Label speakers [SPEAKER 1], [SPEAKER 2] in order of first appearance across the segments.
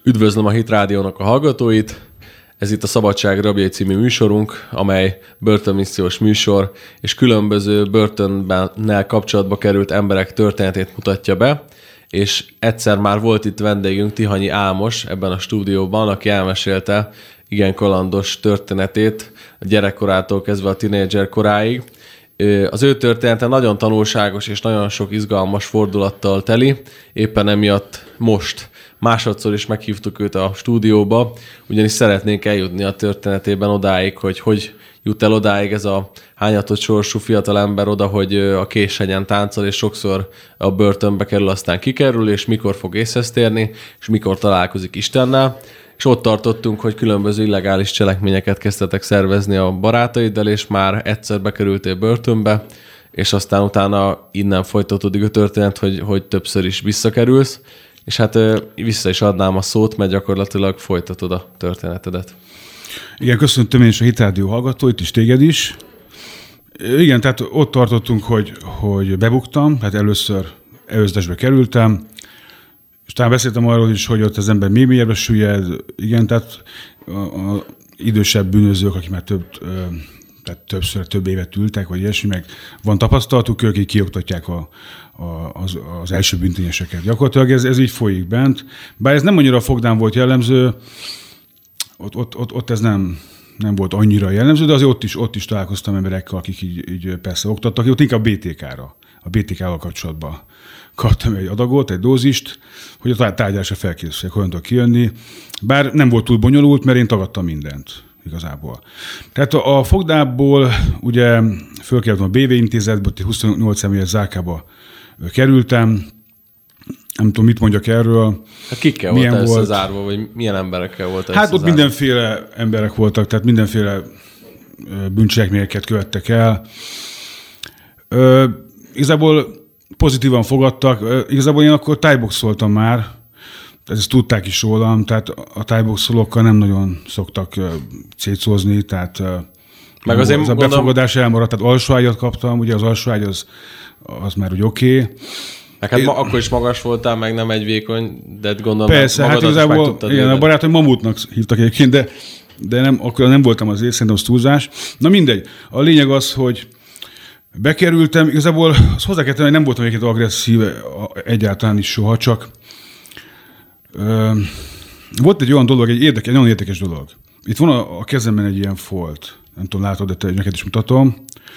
[SPEAKER 1] Üdvözlöm a Hit Rádiónak a hallgatóit! Ez itt a Szabadság rabjai című műsorunk, amely börtönmissziós műsor, és különböző börtönnel kapcsolatba került emberek történetét mutatja be, és egyszer már volt itt vendégünk, Tihanyi Álmos ebben a stúdióban, aki elmesélte igen kalandos történetét a gyerekkorától kezdve a tinédzser koráig. Az ő története nagyon tanulságos és nagyon sok izgalmas fordulattal teli, éppen emiatt most másodszor is meghívtuk őt a stúdióba, ugyanis szeretnénk eljutni a történetében odáig, hogy jut el odáig ez a hányatott sorsú fiatalember oda, hogy a Késhegyen táncol, és sokszor a börtönbe kerül, aztán kikerül, és mikor fog észhez térni, és mikor találkozik Istennel. És ott tartottunk, hogy különböző illegális cselekményeket kezdtetek szervezni a barátaiddal, és már egyszer bekerültél börtönbe, és aztán utána innen folytatódik a történet, hogy többször is visszakerülsz, és hát vissza is adnám a szót, mert gyakorlatilag folytatod a történetedet.
[SPEAKER 2] Igen, köszöntöm én is a Hit Rádió hallgatóit, és téged is. Igen, tehát ott tartottunk, hogy bebuktam, hát először előzdesbe kerültem, és talán beszéltem arról is, hogy ott az ember még mélyebbre süllyed. Igen, tehát a idősebb bűnözők, akik már többször több évet ültek, vagy ilyesmi, meg van tapasztalatuk, ők így kioktatják az első bűntényeseket. Gyakorlatilag ez így folyik bent. Bár ez nem annyira a fogdán volt jellemző, ott ez nem volt annyira jellemző, de azért ott is találkoztam emberekkel, akik így persze oktattak. Ott inkább a BTK-val kapcsolatban kaptam egy adagot, egy dózist, hogy a tárgyalásra felkészüljek, hogyan tudok kijönni. Bár nem volt túl bonyolult, mert én tagadtam mindent igazából. Tehát a fogdából ugye fölkerültem a BV intézetbe, 28 személyes zárkába kerültem. Nem tudom, mit mondjak erről.
[SPEAKER 1] Hát kikkel volt összezárva, vagy milyen emberekkel volt összezárva?
[SPEAKER 2] Hát ott mindenféle emberek voltak, tehát mindenféle bűncselekményeket követtek el. Igazából pozitívan fogadtak. Igazából én akkor thai-boxoltam már, ezt tudták is rólam, tehát a thai-boxolókkal nem nagyon szoktak cécózni, tehát meg azért a befogadás elmaradt, tehát alsóágyat kaptam, ugye az alsóágy az már úgy oké.
[SPEAKER 1] Hát akkor is magas voltál, meg nem egy vékony, de gondolom
[SPEAKER 2] persze, hát igazából igen, a barátom mamutnak hívtak egyébként, de akkor nem voltam azért, szerintem az túlzás. Na mindegy, a lényeg az, hogy bekerültem, igazából azt hozzá kell tenni, hogy nem voltam egyébként agresszív egyáltalán is soha, csak volt egy olyan dolog, egy nagyon érdekes dolog. Itt van a kezemben egy ilyen folt, nem tudom, látod, de neked is mutatom.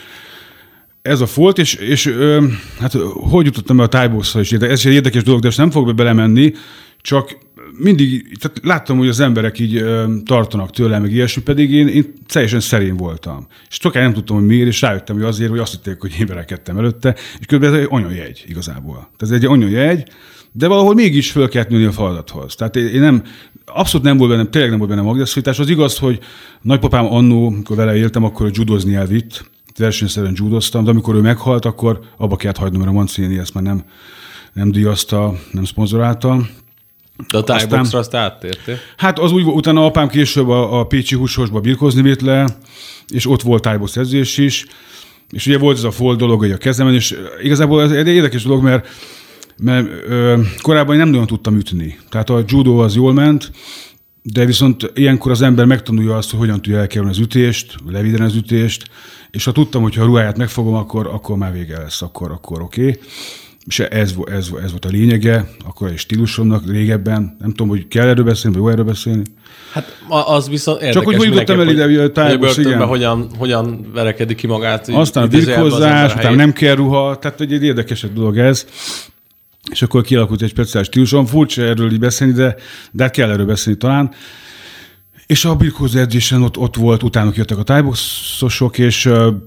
[SPEAKER 2] Ez a folt, és hát hogy jutottam be a thai-boxra is, ez egy érdekes dolog, de ezt nem fogok belemenni, csak mindig, tehát láttam, hogy az emberek így tartanak tőlem, meg ilyesmi, pedig én teljesen szerény voltam. És sokáig nem tudtam, hogy miért, és rájöttem, hogy azért, hogy azt hitték, hogy én verekedtem előtte, és közben ez egy anyajegy igazából. Tehát ez egy anyajegy, de valahol mégis föl kellett nőni a feladathoz. Tehát én abszolút nem volt bennem, tényleg nem volt bennem agresszivitás. Az igaz, hogy nagypapám annó, amikor vele éltem, akkor judozni elvitt, versenyszerűen judoztam, de amikor ő meghalt, akkor abba kellett hagynom, mert a Mancini ezt már nem díjazta, nem szponzorálta.
[SPEAKER 1] De a thai-boxra azt áttértél?
[SPEAKER 2] Hát az úgy, utána apám később a pécsi húsosba birkózni vitt le, és ott volt thai-box edzés is, és ugye volt ez a fold dolog a kezemen, és igazából ez egy érdekes dolog, mert korábban én nem nagyon tudtam ütni. Tehát a judo az jól ment, de viszont ilyenkor az ember megtanulja azt, hogy hogyan tudja elkerülni az ütést, levédeni az ütést, és ha tudtam, hogy ha a ruháját megfogom, akkor már vége lesz, akkor oké. És ez volt a lényege, akkor egy stílusomnak régebben. Nem tudom, hogy kell erről beszélni, vagy jó erről beszélni.
[SPEAKER 1] Hát az viszont érdekes.
[SPEAKER 2] Csak hogy jutottam el ide, hogy a thai-box, igen.
[SPEAKER 1] Hogyan verekedik ki magát.
[SPEAKER 2] Aztán a birkózás, utána nem kell ruha, tehát egy érdekes dolog ez. És akkor kialakult egy speciális stílusom. Furcsa erről így beszélni, de kell erről beszélni talán. És a birkózó edzésen ott volt, utána jöttek a thai-boxosok, és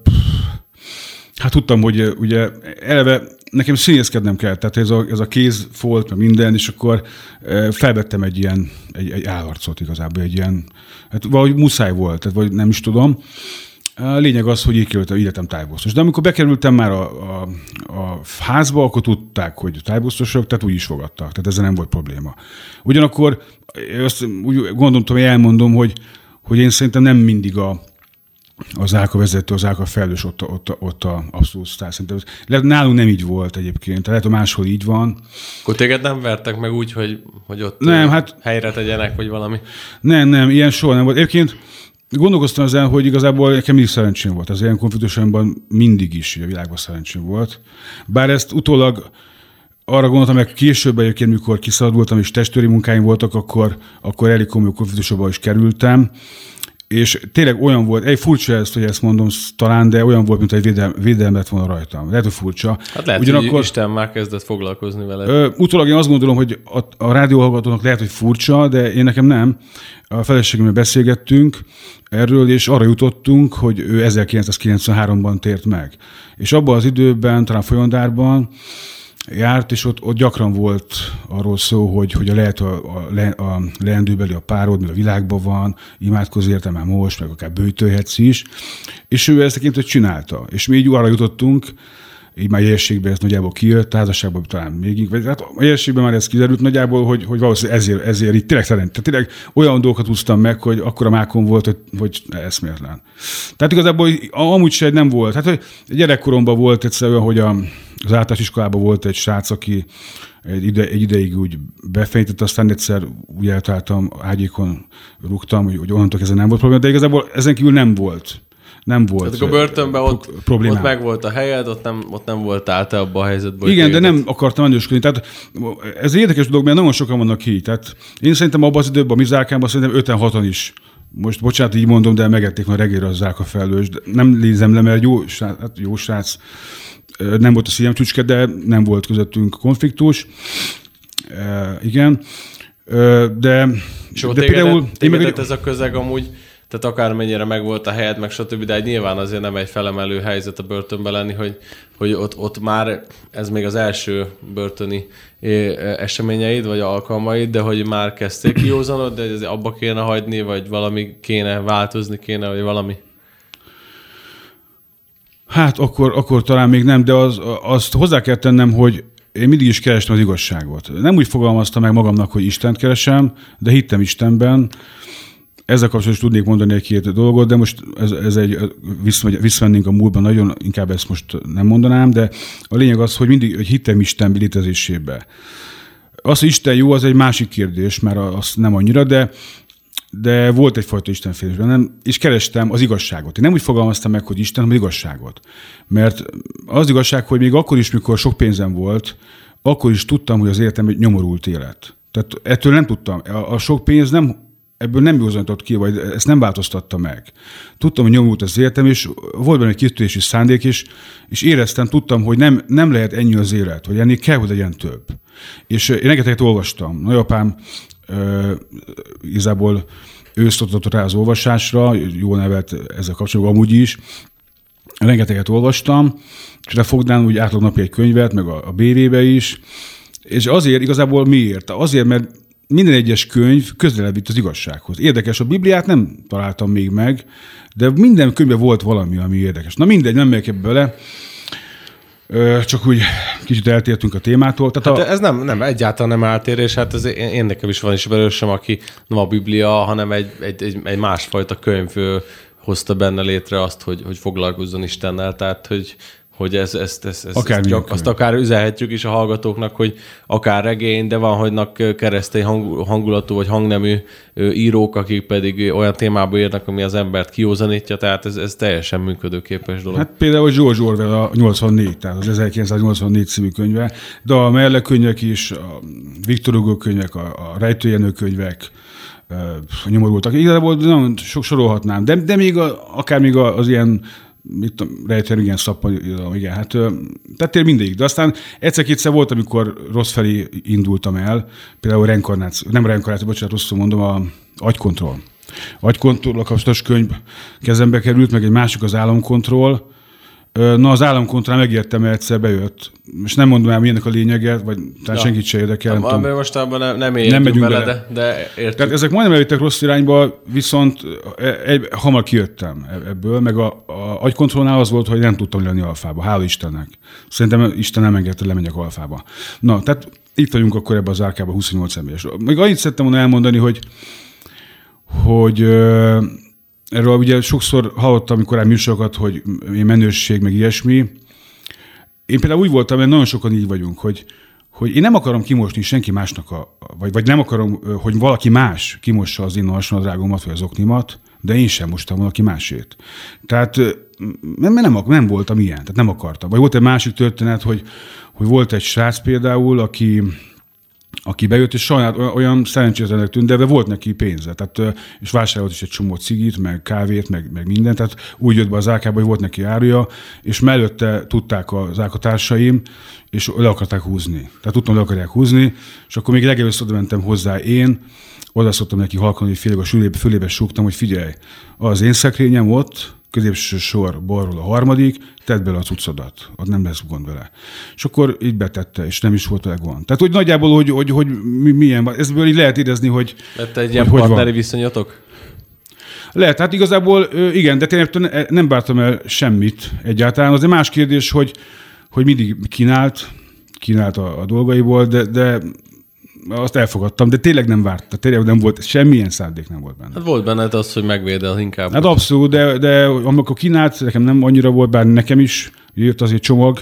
[SPEAKER 2] hát tudtam, hogy ugye eleve nekem színészkednem kell, tehát ez a kéz volt, meg minden, és akkor felvettem egy állarcot igazából, egy ilyen, hát valahogy muszáj volt, tehát vagy nem is tudom. A lényeg az, hogy így kerültem, életem thai-boxos. De amikor bekerültem már a házba, akkor tudták, hogy thai-boxosok, tehát úgy is fogadtak, tehát ezzel nem volt probléma. Ugyanakkor azt úgy gondoltam, hogy elmondom, hogy én szerintem nem mindig az Árka vezető, az Árka felelős ott a abszolút sztár. Szerintem nálunk nem így volt egyébként, lehet, hogy máshol így van.
[SPEAKER 1] Akkor téged nem vertek meg úgy, hogy ott
[SPEAKER 2] nem,
[SPEAKER 1] helyre tegyenek, vagy valami?
[SPEAKER 2] Nem, ilyen soha nem volt. Egyébként gondolkoztam ezen, hogy igazából nekem mindig szerencsém volt. Az ilyen konfliktusokban mindig is a világban szerencsém volt. Bár ezt utólag arra gondoltam, hogy később egyébként, mikor kiszabadultam, és testőri munkáim voltak, akkor elég komoly konfliktusokba is kerültem. És tényleg olyan volt, egy furcsa ezt, hogy ezt mondom talán, de olyan volt, mint egy védelem lett volna rajtam. Lehet, hogy furcsa.
[SPEAKER 1] Hát lehet, hogy Isten már kezdett foglalkozni vele.
[SPEAKER 2] Utólag én azt gondolom, hogy a rádióhallgatónak lehet, hogy furcsa, de én nekem nem. A feleségemmel beszélgettünk erről, és arra jutottunk, hogy ő 1993-ban tért meg. És abban az időben, talán Folyondárban járt, és ott gyakran volt arról szó, hogy lehet a leendőbeli a párod, még a világban van, imádkozz érte már most, meg akár böjtölhetsz is. És ő ezt egyébként csinálta. És mi így arra jutottunk, így már jegyességben ez nagyjából kijött, házasságban talán még, vagy hát a jegyességben már ez kiderült nagyjából, hogy valószínűleg ezért így tényleg szerint. Tehát tényleg olyan dolgokat húztam meg, hogy akkora mákon volt, hogy eszméletlen. Tehát igazából amúgy se nem volt. Hát hogy gyerekkoromban volt egyszer olyan, hogy az általános iskolában volt egy srác, aki egy ideig úgy befejtett, aztán egyszer úgy eltaláltam, ágyékon rúgtam, hogy onnantól ezen nem volt probléma, de igazából ezen kívül nem volt. Tehát
[SPEAKER 1] a börtönben ott meg volt a helyed, ott nem voltál te abban a helyzetben.
[SPEAKER 2] Igen, de nem akartam anyoskodni. Tehát ez egy érdekes dolog, mert nagyon sokan vannak ki. Tehát én szerintem abban az időben, a mi zárkámban szerintem 5-6-an is. Most bocsánat, így mondom, de megették már reggelre a zárka felelős. Nem nézem le, mert jó srác. Nem volt a szívem csücske, de nem volt közöttünk konfliktus. Igen. De
[SPEAKER 1] például... Téged ez a közeg amúgy, tehát akármennyire megvolt a helyed, meg stb., de nyilván azért nem egy felemelő helyzet a börtönben lenni, hogy ott már ez még az első börtöni eseményeid, vagy alkalmaid, de hogy már kezdték kijózanod, de ez abba kéne hagyni, vagy valami kéne, változni kéne, vagy valami?
[SPEAKER 2] Hát akkor talán még nem, de azt hozzá kell tennem, hogy én mindig is kerestem az igazságot. Nem úgy fogalmaztam meg magamnak, hogy Istent keresem, de hittem Istenben. Ezzel kapcsolatban is tudnék mondani egy-két dolgot, de most visszamennénk a múltban nagyon, inkább ezt most nem mondanám, de a lényeg az, hogy mindig hogy hittem Isten létezésébe. Az, hogy Isten jó, az egy másik kérdés, mert azt nem annyira, de volt egyfajta istenfélés bennem, és kerestem az igazságot. Én nem úgy fogalmaztam meg, hogy Isten, hanem az igazságot. Mert az igazság, hogy még akkor is, mikor sok pénzem volt, akkor is tudtam, hogy az életem egy nyomorult élet. Tehát ettől nem tudtam. A sok pénz ebből nem bizonyított ki, vagy ezt nem változtatta meg. Tudtam, hogy nyomult az életem, és volt benne egy kitörési szándék, és éreztem, tudtam, hogy nem lehet ennyi az élet, hogy ennél kell, hogy legyen több. És én rengeteget olvastam. Nagyapám igazából ősztotott rá az olvasásra, jól nevelt ezzel kapcsolatban amúgy is. Rengeteget olvastam, és lefognám úgy átlag napi egy könyvet, meg a BV-be is. És azért igazából miért? Azért, mert minden egyes könyv közelebb vitt az igazsághoz. Érdekes, a Bibliát nem találtam még meg, de minden könyvben volt valami, ami érdekes. Na mindegy, nem megyek ebbe bele. Csak úgy kicsit eltértünk a témától. Tehát
[SPEAKER 1] ez nem egyáltalán nem eltérés, hát ez én nekem is van ismerősöm, aki nem a Biblia, hanem egy másfajta könyv hozta benne létre azt, hogy foglalkozzon Istennel, tehát hogy azt akár üzenhetjük is a hallgatóknak, hogy akár regény, de van, hogy keresztény hangulatú vagy hangnemű írók, akik pedig olyan témába írnak, ami az embert kiózanítja, tehát ez teljesen működőképes dolog.
[SPEAKER 2] Hát például George Orwell a 84, tehát az 1984 című könyve, de a Merle könyvek is, a Victor Hugo könyvek, a Rejtőjenő könyvek, a nyomorultak. Igazából nagyon sok sorolhatnám, de még akár még az ilyen rejtően igen szappan, igen, hát tettél mindig. De aztán egyszer-kétszer volt, amikor rossz felé indultam el, például nem reinkarnáció, bocsánat, rosszul mondom, a agykontroll. Agykontroll, a kapcsolatos könyv kezembe került, meg egy másik az államkontroll. Na, az államkontroll megértem, mert egyszer bejött. Most nem mondom el, milyennek a lényege, vagy talán senkit se érdekel.
[SPEAKER 1] Most abban nem értünk vele, de értünk.
[SPEAKER 2] Tehát ezek majdnem eljöttek rossz irányba, viszont hamar kijöttem ebből, meg a agykontrollnál az volt, hogy nem tudtam lenni alfába. Hála Istennek. Szerintem Isten nem engedte, hogy lemegyek alfába. Na, tehát itt vagyunk akkor ebben az árkában 28 személyes. Még annyit szerettem volna elmondani, hogy erről ugye sokszor hallottam korábbi műsorokat, hogy menőség, meg ilyesmi. Én például úgy voltam, mert nagyon sokan így vagyunk, hogy én nem akarom kimosni senki másnak, vagy nem akarom, hogy valaki más kimossa az én alsónadrágomat, vagy az oknimat, de én sem mostam valaki másét. Tehát nem voltam ilyen, tehát nem akartam. Vagy volt egy másik történet, hogy volt egy srác például, aki bejött, és sajnát olyan szerencsétlenek tűnt, de volt neki pénze. Tehát, és vásárolt is egy csomó cigit, meg kávét, meg mindent. Tehát úgy jött be az ákába, hogy volt neki áruja, és mellette tudták az ákatársaim, és le akarták húzni. Tehát tudtam, le akarják húzni, és akkor még legelőször oda mentem hozzá én, oda szoktam neki halkan, hogy félig a fülébe súgtam, hogy figyelj, az én szekrényem ott, középső sor balról a harmadik, tedd bele a cuccodat, ott nem lesz gond vele. És akkor így betette, és nem is volt vele gond. Tehát, hogy nagyjából, hogy milyen van. Ezből így lehet érezni, hogy
[SPEAKER 1] lett egy ilyen partneri viszonyatok?
[SPEAKER 2] Lehet, hát igazából igen, de tényleg nem vártam el semmit egyáltalán. Az egy más kérdés, hogy mindig kínált a dolgaiból, de azt elfogadtam, de tényleg nem várt. Tényleg nem volt, semmilyen szándék nem volt benne.
[SPEAKER 1] Hát volt benned az, hogy megvédel inkább.
[SPEAKER 2] Hát abszolút, de amikor kínált, nekem nem annyira volt, bár nekem is jött azért csomag,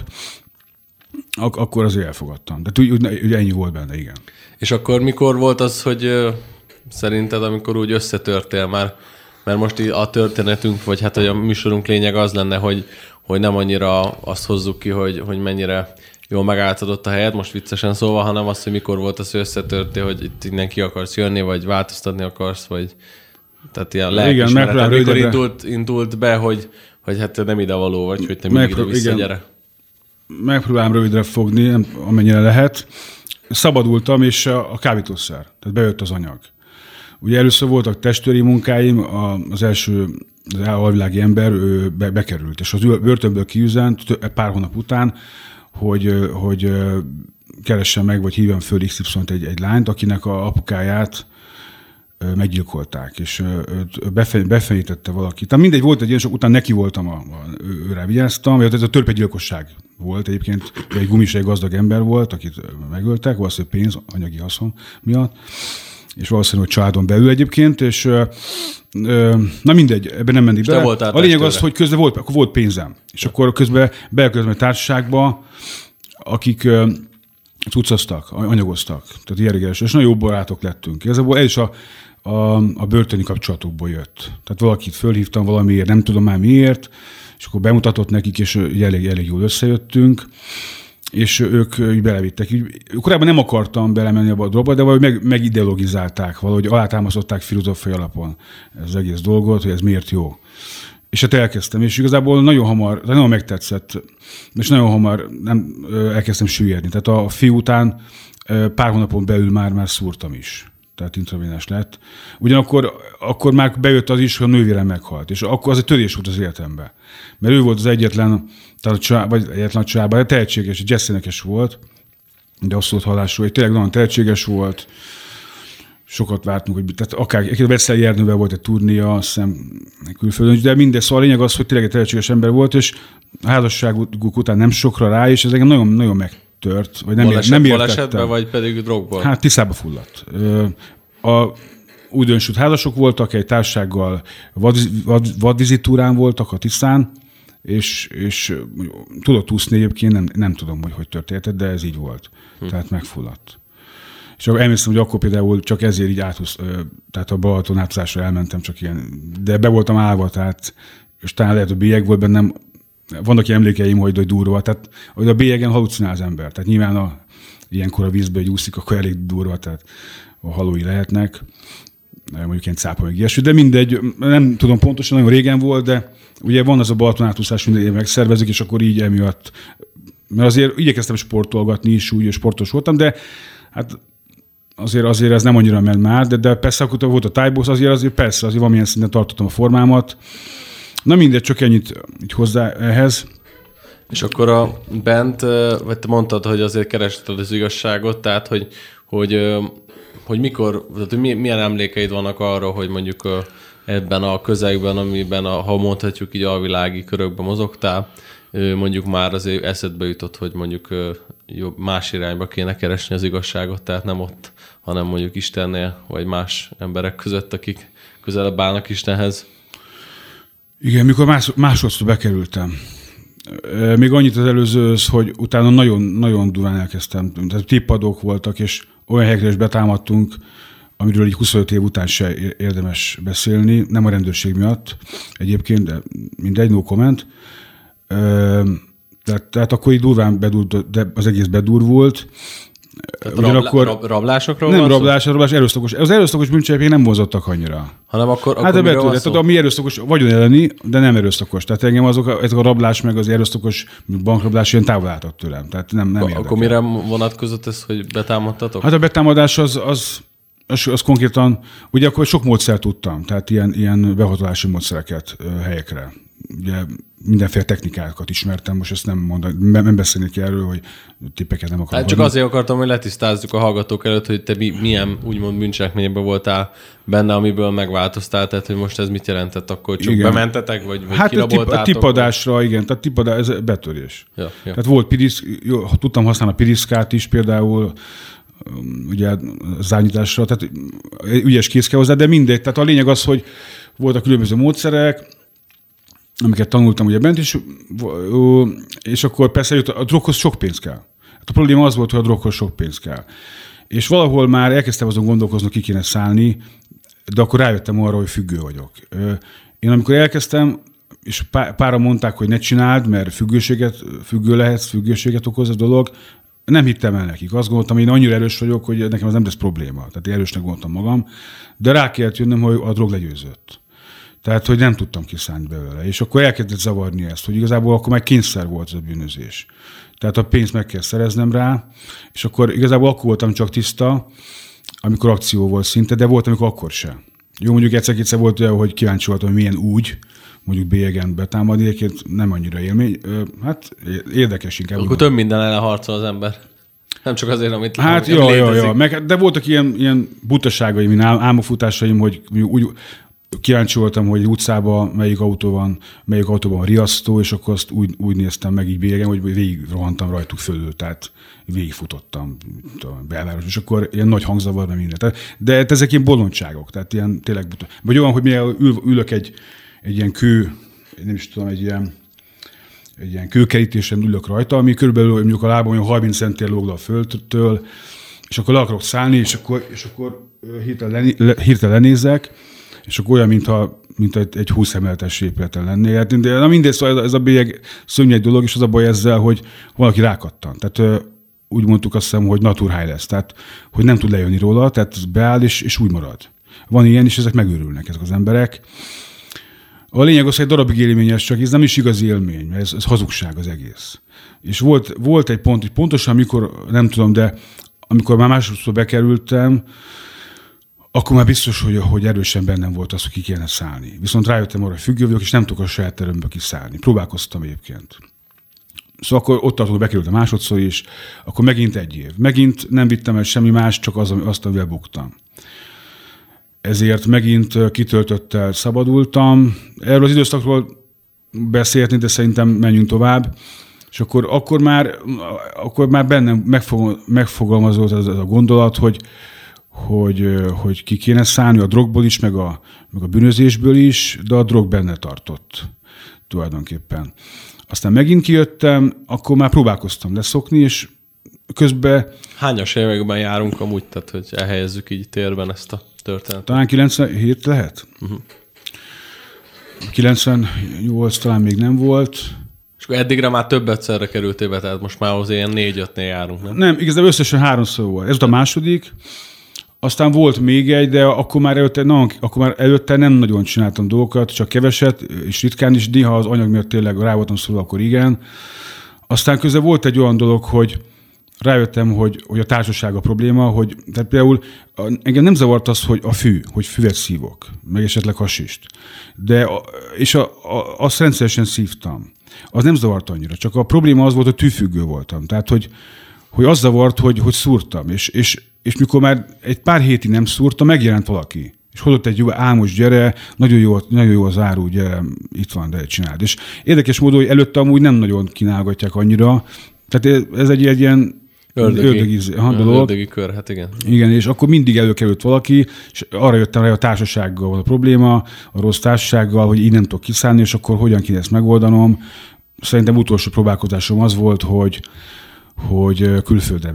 [SPEAKER 2] akkor azért elfogadtam. De úgy ennyi volt benne, igen.
[SPEAKER 1] És akkor mikor volt az, hogy szerinted, amikor úgy összetörtél már, mert most a történetünk, vagy hát a műsorunk lényeg az lenne, hogy nem annyira azt hozzuk ki, hogy mennyire jól megálltad ott a helyet, most viccesen szóval, hanem azt, hogy mikor volt az, hogy összetörtél, hogy itt innen ki akarsz jönni, vagy változtatni akarsz, vagy tehát ilyen lelkismeret. Mikor indult be, hogy hát te nem idevaló vagy, hogy te mindig ide visszagyere.
[SPEAKER 2] Megpróbálom rövidre fogni, amennyire lehet. Szabadultam, és a kábítószer, tehát bejött az anyag. Ugye először voltak testőri munkáim, az első az alvilági ember ő bekerült, és az börtönből kiüzent pár hónap után, hogy keressen meg, vagy hívjam föl XY-t egy lányt, akinek a apukáját meggyilkolták, és befenyítette valaki. Tehát mindegy, volt egy ilyen, sok után neki voltam, őre vigyáztam, ez a törpegyilkosság volt egyébként, egy gumis, egy gazdag ember volt, akit megöltek, valószínűleg pénz, anyagi haszon miatt, és valószínűleg családon belül egyébként, és na mindegy, ebben nem mennék bele. A lényeg az, hogy közben volt pénzem, és akkor közben beleközben a társaságba, akik cuccoztak, anyagoztak, tehát ilyenregeles, és nagyon jó barátok lettünk. Ez is a börtöni kapcsolatokból jött. Tehát valakit fölhívtam valamiért, nem tudom már miért, és akkor bemutatott nekik, és elég jól összejöttünk, és ők belevittek. Korábban nem akartam belemenni abba a dologba, de valahogy megideologizálták, valahogy alátámasztották filozófiai alapon ez az egész dolgot, hogy ez miért jó. És hát elkezdtem, és igazából nagyon megtetszett, és nagyon hamar elkezdtem süllyedni. Tehát a fiú után pár hónapon belül már szúrtam is. Tehát intravénás lett. Ugyanakkor már bejött az is, hogy a nővérem meghalt. És akkor az egy törés volt az életemben. Mert ő volt az egyetlen, vagy egyetlen családban, tehetséges, jazzénekes volt, de abszolút hallású, tényleg nagyon tehetséges volt. Sokat vártunk, hogy tehát akár Veszeli Ernővel volt egy turnéja, azt hiszem külföldön, de mindez, szóval a lényeg az, hogy tényleg egy tehetséges ember volt, és a házasságuk után nem sokra rá, és ez engem nagyon, nagyon megtört, vagy nem értettem.
[SPEAKER 1] Balesetben, vagy pedig drogból?
[SPEAKER 2] Hát tisztába fulladt. Újdonsült házasok voltak, egy társasággal vadvizitúrán voltak a Tiszán, és tudott úszni egyébként, nem tudom, hogy történt, de ez így volt. Tehát megfulladt. És akkor emlékszem, hogy akkor például csak ezért így tehát a Balaton átszásra elmentem, csak ilyen, de be voltam állva, tehát, és talán lehet, hogy bélyeg volt bennem, vannak ilyen emlékeim, hogy durva, tehát hogy a bélyegen halucinál az ember, tehát nyilván ilyenkor a vízbe úszik, akkor elég durva, tehát a halói lehetnek, mondjuk ilyen cápa meg ilyesmi, de mindegy, nem tudom pontosan, nagyon régen volt, de ugye van az a Balaton átúszás, minden év megszervezik, és akkor így emiatt, mert azért igyekeztem sportolgatni is, úgy sportos voltam, de hát azért ez nem annyira ment már, de persze akkor volt a thai-box, azért persze, azért valamilyen szinten tartottam a formámat. Na mindegy, csak ennyit így hozzá ehhez.
[SPEAKER 1] És akkor bent, vagy te mondtad, hogy azért kerested az igazságot, tehát hogy mikor, tehát milyen emlékeid vannak arra, hogy mondjuk ebben a közegben, amiben, ha mondhatjuk így alvilági körökben mozogtál, mondjuk már azért eszedbe jutott, hogy mondjuk jobb, más irányba kéne keresni az igazságot, tehát nem ott, hanem mondjuk Istennél, vagy más emberek között, akik közelebb állnak Istenhez.
[SPEAKER 2] Igen, mikor másodszor bekerültem. Még annyit az előzőhöz, hogy utána nagyon durván elkezdtem. Tehát tippadók voltak, és olyan helyekre is betámadtunk, amiről így 25 év után se érdemes beszélni, nem a rendőrség miatt egyébként, de mindegy, no comment. Tehát akkor így durván bedurult, de az egész bedurvult.
[SPEAKER 1] Rablásokról
[SPEAKER 2] nem
[SPEAKER 1] van
[SPEAKER 2] rablás, erőszakos. Az erőszakos bűncselekmények nem vonzottak annyira.
[SPEAKER 1] Hanem akkor
[SPEAKER 2] hát ami erőszakos, vagyon elleni, de nem erőszakos. Tehát engem ezek a rablás meg az erőszakos bankrablás ilyen távol álltak tőlem. Tehát nem érdekel.
[SPEAKER 1] Akkor mire vonatkozott ez, hogy betámadtatok?
[SPEAKER 2] Hát a betámadás az konkrétan, ugye akkor sok módszert tudtam, tehát ilyen behatolási módszereket helyekre. Ugye mindenféle technikákat ismertem, most ezt nem beszélnék erről, hogy tippeket nem akarok.
[SPEAKER 1] Hát csak azért akartam, hogy letisztázzuk a hallgatók előtt, hogy te milyen úgymond bűncselekményben voltál benne, amiből megváltoztál, tehát hogy most ez mit jelentett akkor? Csak igen. Bementetek, vagy hát kiraboltátok?
[SPEAKER 2] Hát tippadásra, igen, tehát tippadás, ez betörés.
[SPEAKER 1] Ja.
[SPEAKER 2] Tehát volt tudtam használni a piriszkát is például, ugye zárnyításra, tehát ügyes kéz kell hozzá, de mindegy. Tehát a lényeg az, hogy voltak különböző módszerek, amiket tanultam ugye bent is, és akkor persze a droghoz sok pénz kell. Hát a probléma az volt, hogy a droghoz sok pénz kell. És valahol már elkezdtem azon gondolkozni, ki kéne szállni, de akkor rájöttem arra, hogy függő vagyok. Én amikor elkezdtem, és páran mondták, hogy ne csináld, mert függőséget okoz a dolog, nem hittem el nekik. Azt gondoltam, én annyira erős vagyok, hogy nekem ez nem lesz probléma. Tehát én erősnek gondoltam magam, de rá kellett jönnöm, hogy a drog legyőzött. Tehát, hogy nem tudtam kiszállni belőle. És akkor elkezdett zavarni ezt, hogy igazából akkor már kényszer volt ez a bűnözés. Tehát a pénzt meg kell szereznem rá, és akkor igazából akkor voltam csak tiszta, amikor akció volt szinte, de volt, amikor akkor se. Jó, mondjuk egyszer-kétszer volt olyan, hogy kíváncsi voltam, hogy milyen úgy, mondjuk bélyegen betámadni, egyébként nem annyira élmény. Hát érdekes inkább.
[SPEAKER 1] Akkor több minden ellen harcol az ember. Nem csak azért, amit
[SPEAKER 2] hát létezik. De voltak ilyen butaságaim, ilyen álmofutásaim, hogy úgy kíváncsi voltam, hogy utcában melyik autóban van riasztó, és akkor azt úgy néztem meg így bélyegen, hogy végig rohantam rajtuk fölül, tehát végigfutottam belváros, és akkor ilyen nagy hangzavar, meg minden. De ezek ilyen bolondságok, tehát ilyen tényleg buta. Vagy olyan, hogy mivel ülök egy ilyen nem is tudom, egy ilyen kőkerítésen ülök rajta, ami körülbelül mondjuk a lábam olyan 30 centnél lóg le a földtől, és akkor le akarok szállni, és akkor hirtelen lenézek, és akkor olyan, mint egy 20 emeletes épületen lennél. De mindegy, szóval ez a bélyeg szörnyű egy dolog, és az a baj ezzel, hogy valaki rákattan. Tehát úgy mondtuk azt hiszem, hogy naturhigh lesz, tehát hogy nem tud lejönni róla, tehát beáll, és úgy marad. Van ilyen, és ezek megőrülnek, ezek az emberek. A lényeg az, hogy egy darabig élményes, csak ez nem is igazi élmény, mert ez hazugság az egész. És volt egy pont, hogy pontosan mikor, nem tudom, de amikor már másodszor bekerültem, akkor már biztos, hogy erősen bennem volt az, hogy ki kéne szállni. Viszont rájöttem arra, hogy függő vagyok, és nem tudok a saját teremből kiszállni. Próbálkoztam egyébként. Szóval akkor ott tartott, bekerültem másodszor is, akkor megint egy év. Megint nem vittem el semmi más, csak azt, amivel buktam. Ezért megint kitöltöttel szabadultam. Erről az időszakról beszélhetni, de szerintem menjünk tovább. És akkor már bennem megfogalmazott ez a gondolat, hogy ki kéne szállni a drogból is, meg a bűnözésből is, de a drog benne tartott tulajdonképpen. Aztán megint kijöttem, akkor már próbálkoztam leszokni, és közben...
[SPEAKER 1] Hányas években járunk amúgy, tehát hogy elhelyezzük így térben ezt a történetet?
[SPEAKER 2] Talán 97 lehet? Uh-huh. 98 talán még nem volt.
[SPEAKER 1] És akkor eddigre már több egyszerre kerültél be, tehát most már az ilyen 4-5-nél járunk, nem?
[SPEAKER 2] Nem, igazából összesen 3-szor volt. Ez a második. Aztán volt még egy, de akkor már előtte nem nagyon csináltam dolgokat, csak keveset, és ritkán is, néha az anyag miatt tényleg rá voltam szólva, akkor igen. Aztán közben volt egy olyan dolog, hogy rájöttem, hogy a társaság a probléma, tehát például engem nem zavart az, hogy a hogy füvet szívok, meg esetleg hasist. És azt rendszeresen szívtam. Az nem zavart annyira, csak a probléma az volt, hogy tűfüggő voltam. Tehát, hogy az zavart, hogy szúrtam, és mikor már egy pár hétig nem szúrtam, megjelent valaki. És hozott egy jó álmos, gyere, nagyon jó az áru, gyere, itt van, de csináld. És érdekes módon, hogy előtte amúgy nem nagyon kínálgatják annyira. Tehát ez egy ilyen
[SPEAKER 1] ördögi kör, hát igen.
[SPEAKER 2] Igen, és akkor mindig előkerült valaki, és arra jöttem rá, hogy a társasággal van a probléma, a rossz társasággal, hogy így nem tudok kiszállni, és akkor hogyan kéne ezt megoldanom. Szerintem utolsó próbálkozásom az volt, hogy külföldre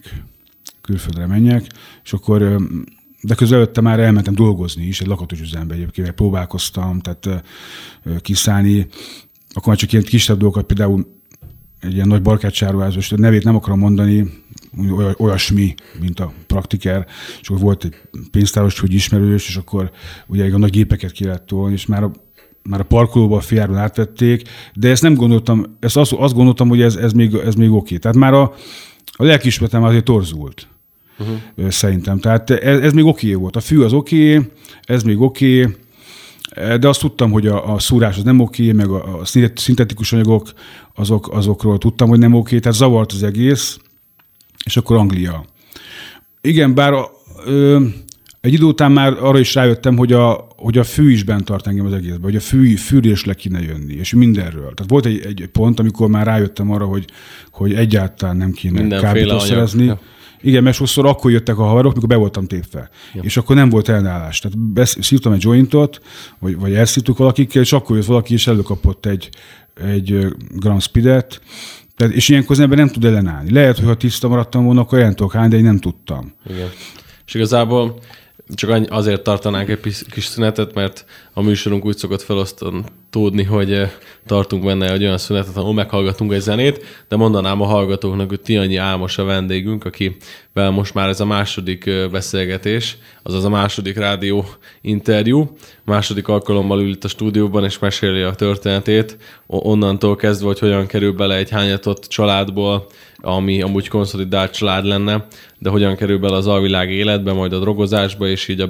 [SPEAKER 2] menjek, és akkor, de közben előtte már elmentem dolgozni is, egy lakatos üzembe egyébként, próbálkoztam, tehát kiszállni, akkor már csak ilyen kisebb dolgokat, például egy ilyen nagy barkácsáruházas, nevét nem akarom mondani, olyasmi, mint a Praktiker, és akkor volt egy pénztáros, hogy ismerős, és akkor ugye a nagy gépeket ki lehet tolni, és már a parkolóban a féljáron átvették, de ezt nem gondoltam, azt gondoltam, hogy ez még oké. Tehát már a lelkiismeretem azért torzult. Szerintem. Tehát ez még oké volt. A fű az oké, ez még oké, de azt tudtam, hogy a szúrás az nem oké, meg a szintetikus anyagok, azokról tudtam, hogy nem oké, tehát zavart az egész, és akkor Anglia. Igen, bár egy idő után már arra is rájöttem, hogy a fű is bent tart engem az egészben, hogy a fűről is le kéne jönni, és mindenről. Tehát volt egy pont, amikor már rájöttem arra, hogy egyáltalán nem kéne kábítót szerezni. Ja. Igen, mert sokszor akkor jöttek a haverok, mikor be voltam tépve. Ja. És akkor nem volt ellenállás. Tehát szívtam egy jointot, vagy elszívtuk valakikkel, és akkor jött valaki, és előkapott egy gram speedet. És ilyenkor az ember nem tud ellenállni. Lehet, hogy ha tiszta maradtam volna, akkor el tudok állni, de én nem tudtam.
[SPEAKER 1] Igen. És igazából csak azért tartanánk egy kis szünetet, mert a műsorunk úgy szokott felosztódni, hogy tartunk benne egy olyan szünetet, ahol meghallgatunk egy zenét, de mondanám a hallgatóknak, hogy Tihanyi Álmos a vendégünk, akivel most már ez a második beszélgetés, azaz a második rádió interjú. Második alkalommal ül itt a stúdióban, és meséli a történetét, onnantól kezdve, hogy hogyan kerül bele egy hányatott családból, ami amúgy konszolidált család lenne, de hogyan kerül bele az alvilág életbe, majd a drogozásba, és így a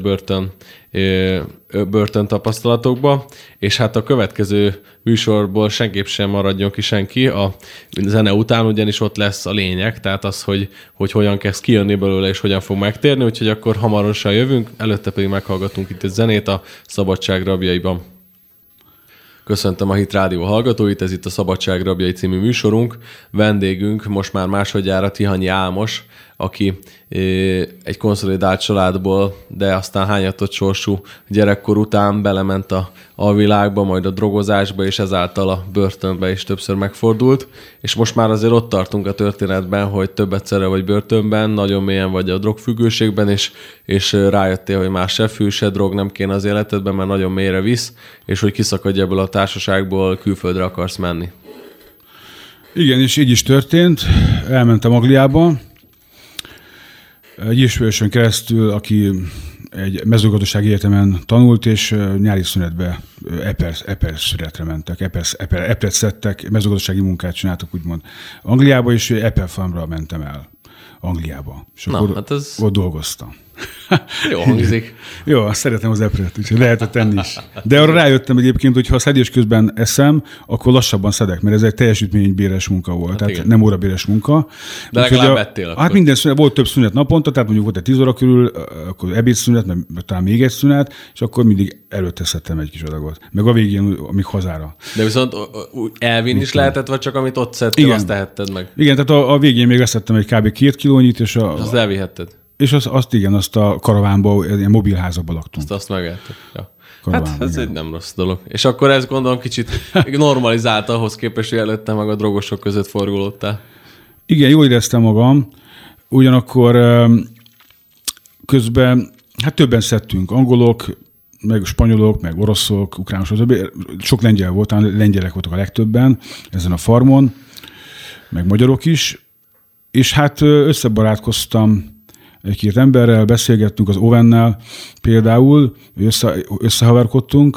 [SPEAKER 1] börtön tapasztalatokba. És hát a következő műsorból senképp sem maradjon ki senki. A zene után ugyanis ott lesz a lényeg, tehát az, hogy hogyan kezd kijönni belőle, és hogyan fog megtérni, úgyhogy akkor hamarosan jövünk, előtte pedig meghallgatunk itt egy zenét a Szabadság rabjaiban. Köszöntöm a Hit Rádió hallgatóit, ez itt a Szabadság rabjai című műsorunk. Vendégünk most már másodjára Tihanyi Álmos, aki egy konszolidált családból, de aztán hányatott sorsú gyerekkor után belement a alvilágba, majd a drogozásba, és ezáltal a börtönbe is többször megfordult. És most már azért ott tartunk a történetben, hogy több egyszerre vagy börtönben, nagyon mélyen vagy a drogfüggőségben, és rájöttél, hogy már se fű, se drog nem kéne az életedben, mert nagyon mélyre visz, és hogy kiszakadj ebből a társaságból, külföldre akarsz menni.
[SPEAKER 2] Igen, és így is történt. Elmentem Angliába, egy ismerősön keresztül, aki egy mezőgazdasági egyetemen tanult, és nyári szünetbe Epper szünetre mentek, Epret szedtek, mezőgazdasági munkát csináltak, úgymond Angliába, és Apple Farmra mentem el Angliába. És akkor hát ott dolgoztam.
[SPEAKER 1] Jó hangzik.
[SPEAKER 2] Jó, szeretem az Epret, úgyhogy lehetett tenni is. De arra rájöttem egyébként, hogy ha a szedés közben eszem, akkor lassabban szedek, mert ez egy teljesítménybéres munka volt, hát tehát igen. Nem órabéres munka.
[SPEAKER 1] De legalább ettél akkor.
[SPEAKER 2] Hát minden szünet, volt több szünet naponta, tehát mondjuk volt egy 10 óra körül, akkor ebédszünet, meg talán még egy szünet, és akkor mindig előtte szedtem egy kis adagot. Meg a végén, amíg hazára.
[SPEAKER 1] De viszont elvinni is lehetett, vagy csak amit ott szedtél, azt tehetted meg?
[SPEAKER 2] Igen, tehát a végén még leszettem egy kb. 2 kilónyit, és
[SPEAKER 1] azt elvihetted.
[SPEAKER 2] És azt a karavánban, ilyen mobilházakban laktunk.
[SPEAKER 1] Azt megvetted. Ja. Hát ez egy nem rossz dolog. És akkor ezt gondolom kicsit normalizálta ahhoz képest, hogy előtte meg a drogosok között forgolódtál.
[SPEAKER 2] Igen, jól éreztem magam. Ugyanakkor közben hát többen szedtünk. Angolok, meg spanyolok, meg oroszok, ukránok, stb. Sok lengyel volt, lengyelek voltak a legtöbben ezen a farmon, meg magyarok is. És hát összebarátkoztam egy-két emberrel, beszélgettünk az Ovennel például, összehaverkodtunk,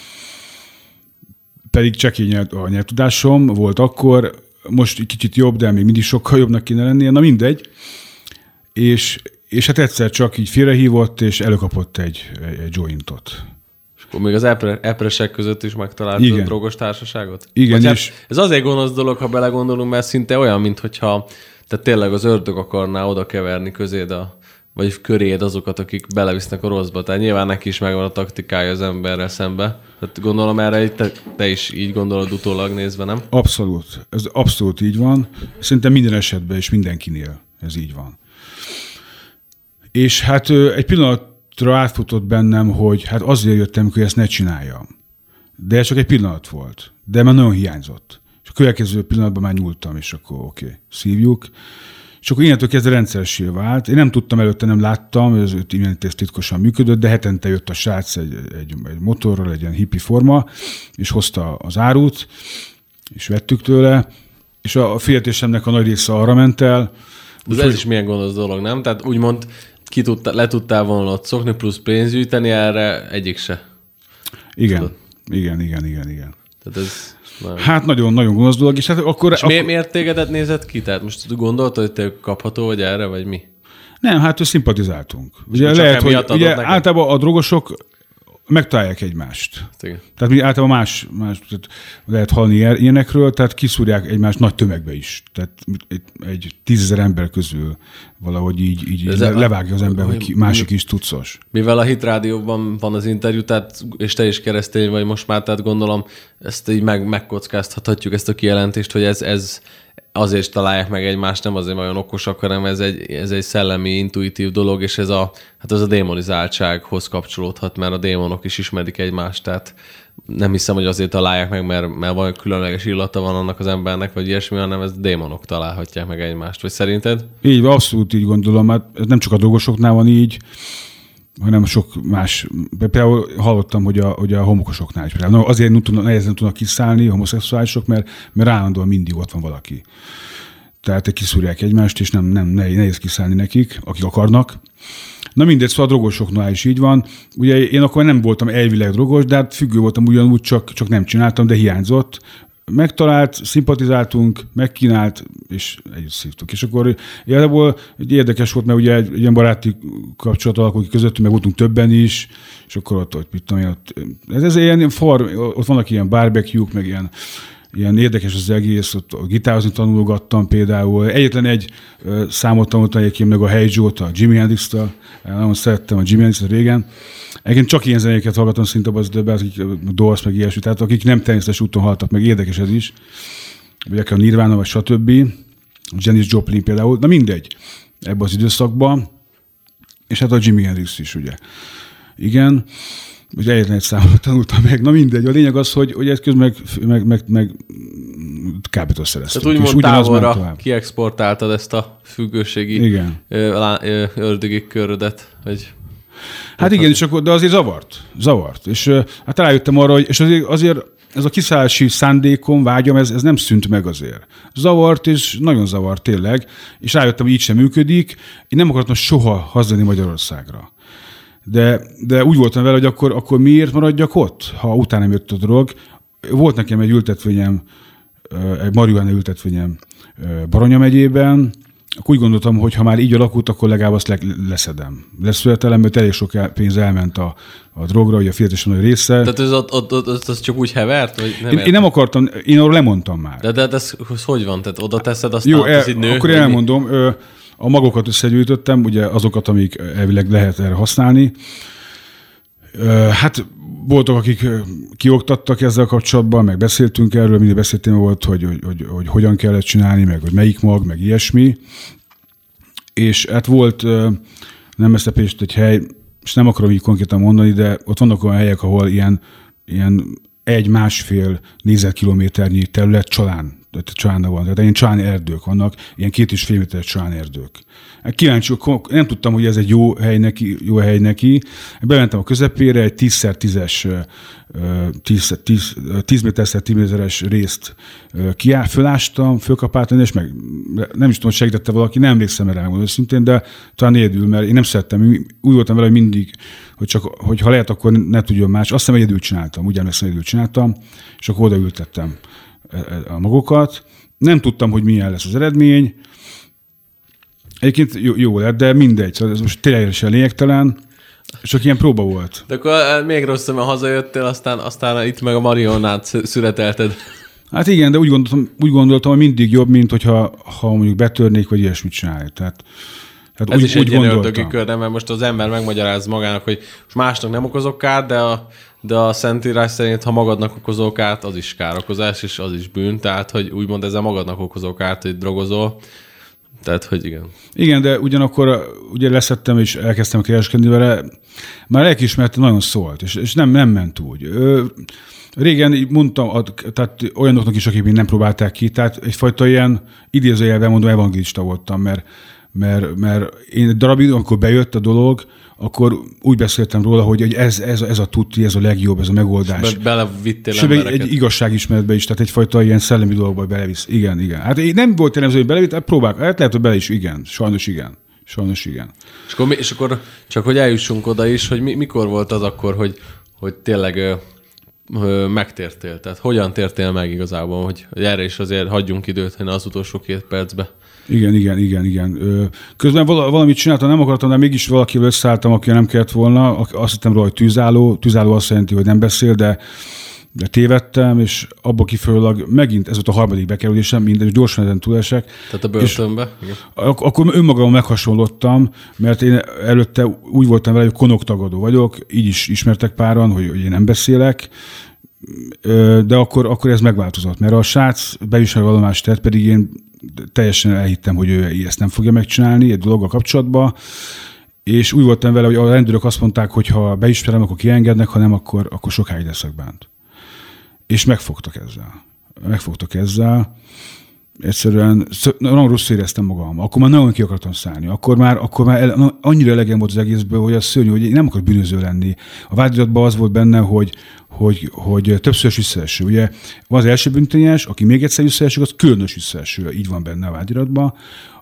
[SPEAKER 2] pedig csekély a nyelvtudásom volt akkor, most kicsit jobb, de még mindig sokkal jobbnak kéne lennie, na mindegy. És hát egyszer csak így félrehívott, és előkapott egy jointot.
[SPEAKER 1] És akkor még az epresek között is megtaláltad a drogos társaságot?
[SPEAKER 2] Igen.
[SPEAKER 1] Hát ez azért gonosz dolog, ha belegondolunk, mert szinte olyan, mintha tehát tényleg az ördög akarná oda keverni közéd vagy köréd azokat, akik belevisznek a rosszba. Tehát nyilván neki is megvan a taktikája az emberrel szembe. Tehát gondolom erre te is így gondolod utólag nézve, nem?
[SPEAKER 2] Abszolút. Ez abszolút így van. Szerintem minden esetben és mindenkinél. Ez így van. És hát egy pillanatra átfutott bennem, hogy hát azért jöttem, hogy ezt ne csináljam. De ez csak egy pillanat volt. De már nagyon hiányzott. És a következő pillanatban már nyúltam, és akkor oké, szívjuk. És akkor innentől kezdve rendszeressé vált. Én nem tudtam előtte, nem láttam, ez titkosan működött, de hetente jött a srác egy motorral, egy ilyen hippi forma, és hozta az árut, és vettük tőle, és a fizetésemnek a nagy része arra ment el.
[SPEAKER 1] Ez is milyen gonosz dolog, nem? Tehát úgymond le tudtál volna ott szokni, plusz pénzt gyűjteni, erre egyik se.
[SPEAKER 2] Igen. Igen.
[SPEAKER 1] Tehát ez...
[SPEAKER 2] Hát nagyon gonosz dolog. És, hát akkor,
[SPEAKER 1] miért tégedet nézett ki? Tehát most gondoltad, hogy te kapható vagy erre, vagy mi?
[SPEAKER 2] Nem, hát szimpatizáltunk. Ugye lehet, hogy ugye általában a drogosok megtalálják egymást.
[SPEAKER 1] Igen.
[SPEAKER 2] Tehát mi általában más tehát lehet hallni ilyenekről, tehát kiszúrják egymást nagy tömegbe is. Tehát egy 10 000 ember közül valahogy így levágja az ember, hogy másik is tucos.
[SPEAKER 1] Mivel a Hit Rádióban van az interjú, tehát, és te is keresztény vagy most már, tehát gondolom ezt így megkockáztathatjuk ezt a kijelentést, hogy ez azért találják meg egymást, nem azért olyan okosak, hanem ez egy szellemi, intuitív dolog, és az a démonizáltsághoz kapcsolódhat, mert a démonok is ismerik egymást, tehát nem hiszem, hogy azért találják meg, mert valami különleges illata van annak az embernek, vagy ilyesmi, hanem ez démonok találhatják meg egymást. Vagy szerinted?
[SPEAKER 2] Így, abszolút így gondolom, hát ez nem csak a drogosoknál van így, hanem sok más. Például hallottam, hogy a homokosoknál is. Például azért nehezen tudnak kiszállni a homoszexuálisok, mert állandóan mindig ott van valaki. Tehát kiszúrják egymást, és nem nehéz kiszállni nekik, akik akarnak. Na mindegy, szóval a drogosoknál is így van. Ugye én akkor nem voltam elvileg drogos, de hát függő voltam ugyanúgy, csak nem csináltam, de hiányzott. Megtalált, szimpatizáltunk, megkínált, és együtt szívtuk. És akkor igazából érdekes volt, mert ugye egy ilyen baráti kapcsolat alakult közöttünk, meg voltunk többen is, és akkor ott ez ilyen ott vannak ilyen barbecue-k, meg ilyen érdekes az egész, ott gitározni tanulgattam például. Egyetlen egy számot tanultam egyébként meg a Hey Joe-t, a Jimi Hendrix-től. Nagyon szerettem a Jimi Hendrix-t régen. Egyébként csak ilyen zenéket hallgattam szinte az időben, akik Doors meg ilyesmi, tehát akik nem természetes úton haltak meg, érdekes ez is. Vagy a Nirvana, vagy stb. Janis Joplin például. Na mindegy, ebben az időszakban. És hát a Jimi Hendrix is, ugye. Igen. Ugye egyetlen egy számot tanultam meg. Na mindegy, a lényeg az, hogy ez közben meg kábítószereztünk.
[SPEAKER 1] Tehát úgymond távolra kiexportáltad ezt a függőségi ördögi körödet, hogy...
[SPEAKER 2] Hát igen, és akkor, de azért zavart. És hát rájöttem arra, hogy és azért ez a kiszállási szándékom, vágyam, ez nem szűnt meg azért. Zavart, és nagyon zavart tényleg, és rájöttem, hogy így sem működik. Én nem akartam soha hazajönni Magyarországra. De úgy voltam vele, hogy akkor miért maradjak ott, ha utána nem jött a drog. Volt nekem egy ültetvényem, egy marihuána ültetvényem Baranya megyében, akkor úgy gondoltam, hogy ha már így alakult, akkor legalább azt leszedem. Leszületelem, mert elég sok pénz elment a drogra, vagy a fizetésem nagy része.
[SPEAKER 1] Tehát az csak úgy hevert? Vagy
[SPEAKER 2] én nem akartam, én arról lemondtam már.
[SPEAKER 1] De ez hogy van? Tehát oda teszed, aztán
[SPEAKER 2] jó, ez így nő? Akkor elmondom. A magokat összegyűjtöttem, ugye azokat, amik elvileg lehet erre használni. Hát voltak, akik kioktattak ezzel kapcsolatban, meg beszéltünk erről, mindig beszéltem volt, hogy hogyan kellett csinálni, meg hogy melyik mag, meg ilyesmi. És hát volt nem Eszterpést egy hely, és nem akarom így konkrétan mondani, de ott vannak olyan helyek, ahol ilyen 1-1,5 négyzetkilométernyi terület csalán van. Tehát ilyen csalánerdők vannak, ilyen 2,5 méteres csalánerdők. Kíváncsi, nem tudtam, hogy ez egy jó hely neki. Bementem a közepére, egy 10x10-es 10 méter-10 méteres részt fölástam, fölkapáltam, és meg nem is tudom, hogy segítette valaki, nem emlékszem erre, megmondom őszintén, de talán egyedül, mert én nem szerettem, úgy voltam vele, hogy mindig, hogy ha lehet, akkor ne tudjon más. Azt hiszem, egyedül csináltam, úgy emlékszem, egyedül csináltam, és akkor odaültettem a magokat. Nem tudtam, hogy milyen lesz az eredmény. Egyébként jó lett, de mindegy, szóval ez most teljesen lényegtelen, csak ilyen próba volt.
[SPEAKER 1] De akkor még rosszabb, mert hazajöttél, aztán itt meg a marionát szüretelted.
[SPEAKER 2] Hát igen, de úgy gondoltam, hogy mindig jobb, mint hogyha mondjuk betörnék, vagy ilyesmit csinálni. Tehát
[SPEAKER 1] ez is egy ilyen ördögi kör, mert most az ember megmagyaráz magának, hogy most másnak nem okozok kárt, de a Szentírás szerint, ha magadnak okozol kárt, az is károkozás, és az is bűn. Tehát, hogy úgymond ezzel magadnak okozol kárt, hogy drogozol. Tehát, hogy igen.
[SPEAKER 2] Igen, de ugyanakkor ugye leszettem és elkezdtem kereskedni vele, már lelkiismerete nagyon szólt, és nem ment úgy. Régen mondtam, tehát olyanoknak is, akik még nem próbálták ki, tehát egyfajta ilyen idézőjelben mondom evangélista voltam, mert én egy darabig, amikor bejött a dolog, akkor úgy beszéltem róla, hogy ez a tuti, ez a legjobb, ez a megoldás.
[SPEAKER 1] Belevittél
[SPEAKER 2] embereket. Egy igazságismeretbe is, tehát egyfajta ilyen szellemi dologba belevisz. Igen. Hát én nem volt jellemző, hogy belevitt, hát próbálok. Hát lehet, hogy bele is, igen. Sajnos igen.
[SPEAKER 1] És akkor csak, hogy eljussunk oda is, hogy mikor volt az akkor, hogy tényleg megtértél? Tehát hogyan tértél meg igazából, hogy erre is azért hagyjunk időt, hogy az utolsó 2 percbe.
[SPEAKER 2] Igen. Közben valamit csináltam, nem akartam, de mégis valakivel összeálltam, aki nem kellett volna. Azt hittem róla, hogy tűzálló. Tűzálló azt jelenti, hogy nem beszél, de tévedtem, és abból kifolyólag megint ez volt a 3. bekerülésem, mindegy, gyorsan ezen túlesek.
[SPEAKER 1] Tehát a börtönbe?
[SPEAKER 2] Akkor önmagamon meghasonlottam, mert én előtte úgy voltam vele, hogy konoktagadó vagyok, így is ismertek páran, hogy én nem beszélek, de akkor ez megváltozott, mert a srác beismer vallomást tett, pedig én teljesen elhittem, hogy ő ezt nem fogja megcsinálni egy dologgal kapcsolatban, és úgy voltam vele, hogy a rendőrök azt mondták, hogy ha beismerem, akkor kiengednek, ha nem, akkor sokáig leszek bánt. És megfogtak ezzel. Egyszerűen nagyon rosszul éreztem magam. Akkor már nagyon ki akartam szállni. Akkor már annyira elegem volt az egészből, hogy az szörnyű, hogy én nem akarok bűnöző lenni. A vádiratban az volt benne, hogy többszörös visszaeső. Ugye van az első bűntényes, aki még egyszer visszaeső, az különös visszaeső. Így van benne a vádiratban.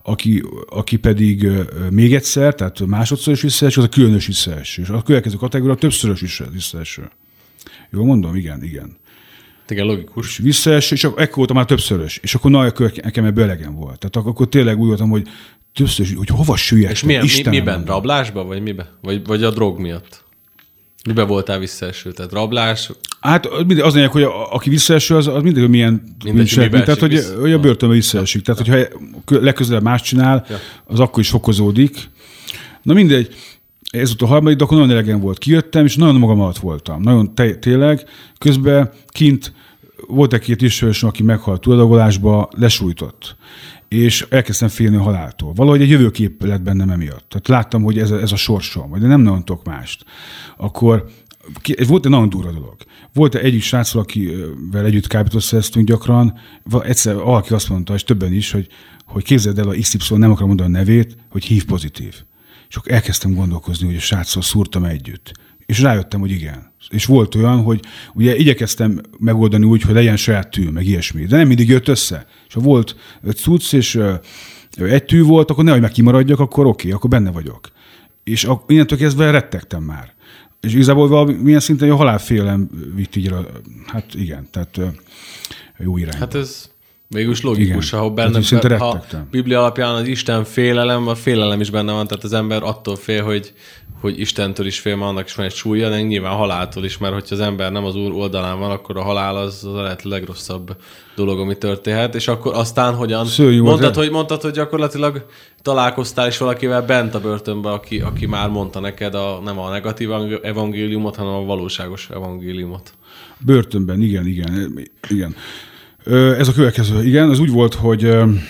[SPEAKER 2] Aki pedig még egyszer, tehát másodszor is visszaeső, az a különös visszaeső. És a következő kategória többszörös visszaeső. Jól mondom? Igen.
[SPEAKER 1] Igen, logikus.
[SPEAKER 2] És visszaeső, és ekkor voltam már többszörös. És akkor nekem ebből elegem volt. Tehát akkor tényleg úgy voltam, hogy többszörös, hogy hova süllyedtem.
[SPEAKER 1] És miben? Rablásban? Vagy miben? Vagy a drog miatt? Miben voltál visszaeső? Tehát rablás?
[SPEAKER 2] Hát az lényeg, hogy aki visszaeső, az mindig, hogy milyen viselkedés. Tehát, hogy a börtönbe visszaesik. Tehát, hogyha legközelebb más csinál, az akkor is fokozódik. Na mindegy. Ez volt a 3, de akkor nagyon elegem volt. Kijöttem, és nagyon magam alatt voltam. Nagyon tényleg. Közben kint volt egy 2 ismerősöm, aki meghalt túladagolásba, lesújtott. És elkezdtem félni a haláltól. Valahogy egy jövőkép lett bennem emiatt. Tehát láttam, hogy ez a sorsom, de nem nagyon tudok mást. Akkor volt egy nagyon durva dolog. Volt egyik sráccal, akivel együtt kábítószereztünk gyakran, egyszer valaki azt mondta, és többen is, hogy képzeld el a XY, nem akarom mondani a nevét, hogy HIV pozitív. És akkor elkezdtem gondolkozni, hogy a sráccal szúrtam együtt. És rájöttem, hogy igen. És volt olyan, hogy ugye igyekeztem megoldani úgy, hogy legyen saját tű, meg ilyesmi. De nem mindig jött össze. És ha volt 5 cucc, és egy tű volt, akkor nehogy meg kimaradjak, akkor oké, akkor benne vagyok. És innentől kezdve rettegtem már. És igazából valamilyen szinten a halálfélelem vitt így hát igen, tehát jó irányba.
[SPEAKER 1] Hát ez végülis logikus, ahol benne, ha Biblia alapján az Isten félelem, a félelem is benne van, tehát az ember attól fél, hogy Istentől is fél, mert annak is van egy súlya, de nyilván haláltól is, mert hogyha az ember nem az Úr oldalán van, akkor a halál az a lehető legrosszabb dolog, ami történhet, és akkor aztán hogyan? Mondtad, hogy gyakorlatilag találkoztál is valakivel bent a börtönben, aki már mondta neked nem a negatív evangéliumot, hanem a valóságos evangéliumot.
[SPEAKER 2] Börtönben, igen. Ez a következő. Igen, az úgy volt, hogy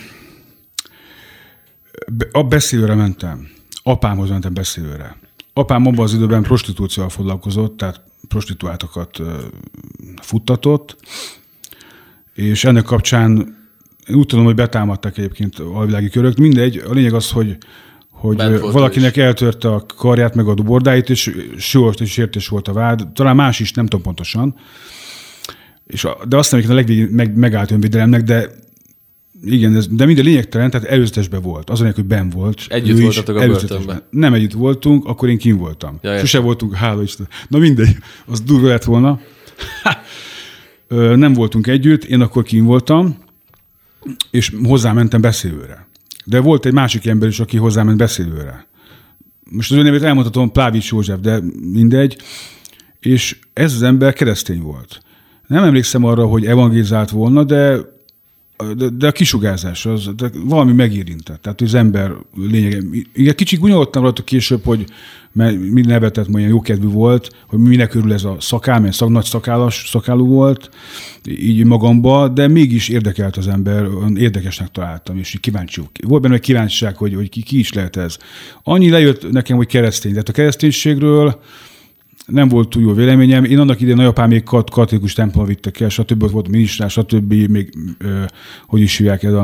[SPEAKER 2] a beszélőre mentem. Apámhoz mentem beszélőre. Apám abban az időben prostitúcióval foglalkozott, tehát prostituáltakat futtatott, és ennek kapcsán úgy tudom, hogy betámadták egyébként alvilági körök. Mindegy, a lényeg az, hogy valakinek eltörte a karját, meg a bordáit, és súlyos sértés volt a vád. Talán más is, nem tudom pontosan. De azt nem, hogy a legvégén megállt önvédelemnek, de igen, de minden lényegtelen, tehát előzetesben volt. Az, hogy benn volt.
[SPEAKER 1] Együtt voltatok a börtönben.
[SPEAKER 2] Nem együtt voltunk, akkor én kint voltam. Sose voltunk, hála Isten. Na mindegy, az durva lett volna. Nem voltunk együtt, én akkor kint voltam, és hozzámentem beszélőre. De volt egy másik ember is, aki hozzáment beszélőre. Most az ő nevét elmondhatom, Plávics József, de mindegy. És ez az ember keresztény volt. Nem emlékszem arra, hogy evangélizált volna, de De a kisugárzás, de valami megérintett. Tehát az ember lényege. Igen, kicsit gúnyolottam rajta később, hogy mert nevetett, hogy ilyen jókedvű volt, hogy minek örül ez a szakál, mert nagy szakálú volt, így magamba, de mégis érdekelt az ember, érdekesnek találtam, és kíváncsi. Volt benne egy kíváncsiság, hogy ki is lehet ez. Annyi lejött nekem, hogy keresztény. Tehát a kereszténységről nem volt túl jó véleményem. Én annak idején nagyapám még katolikus templomba vittek el, stb. Volt minisztrás, stb. Még, hogy is hívják ez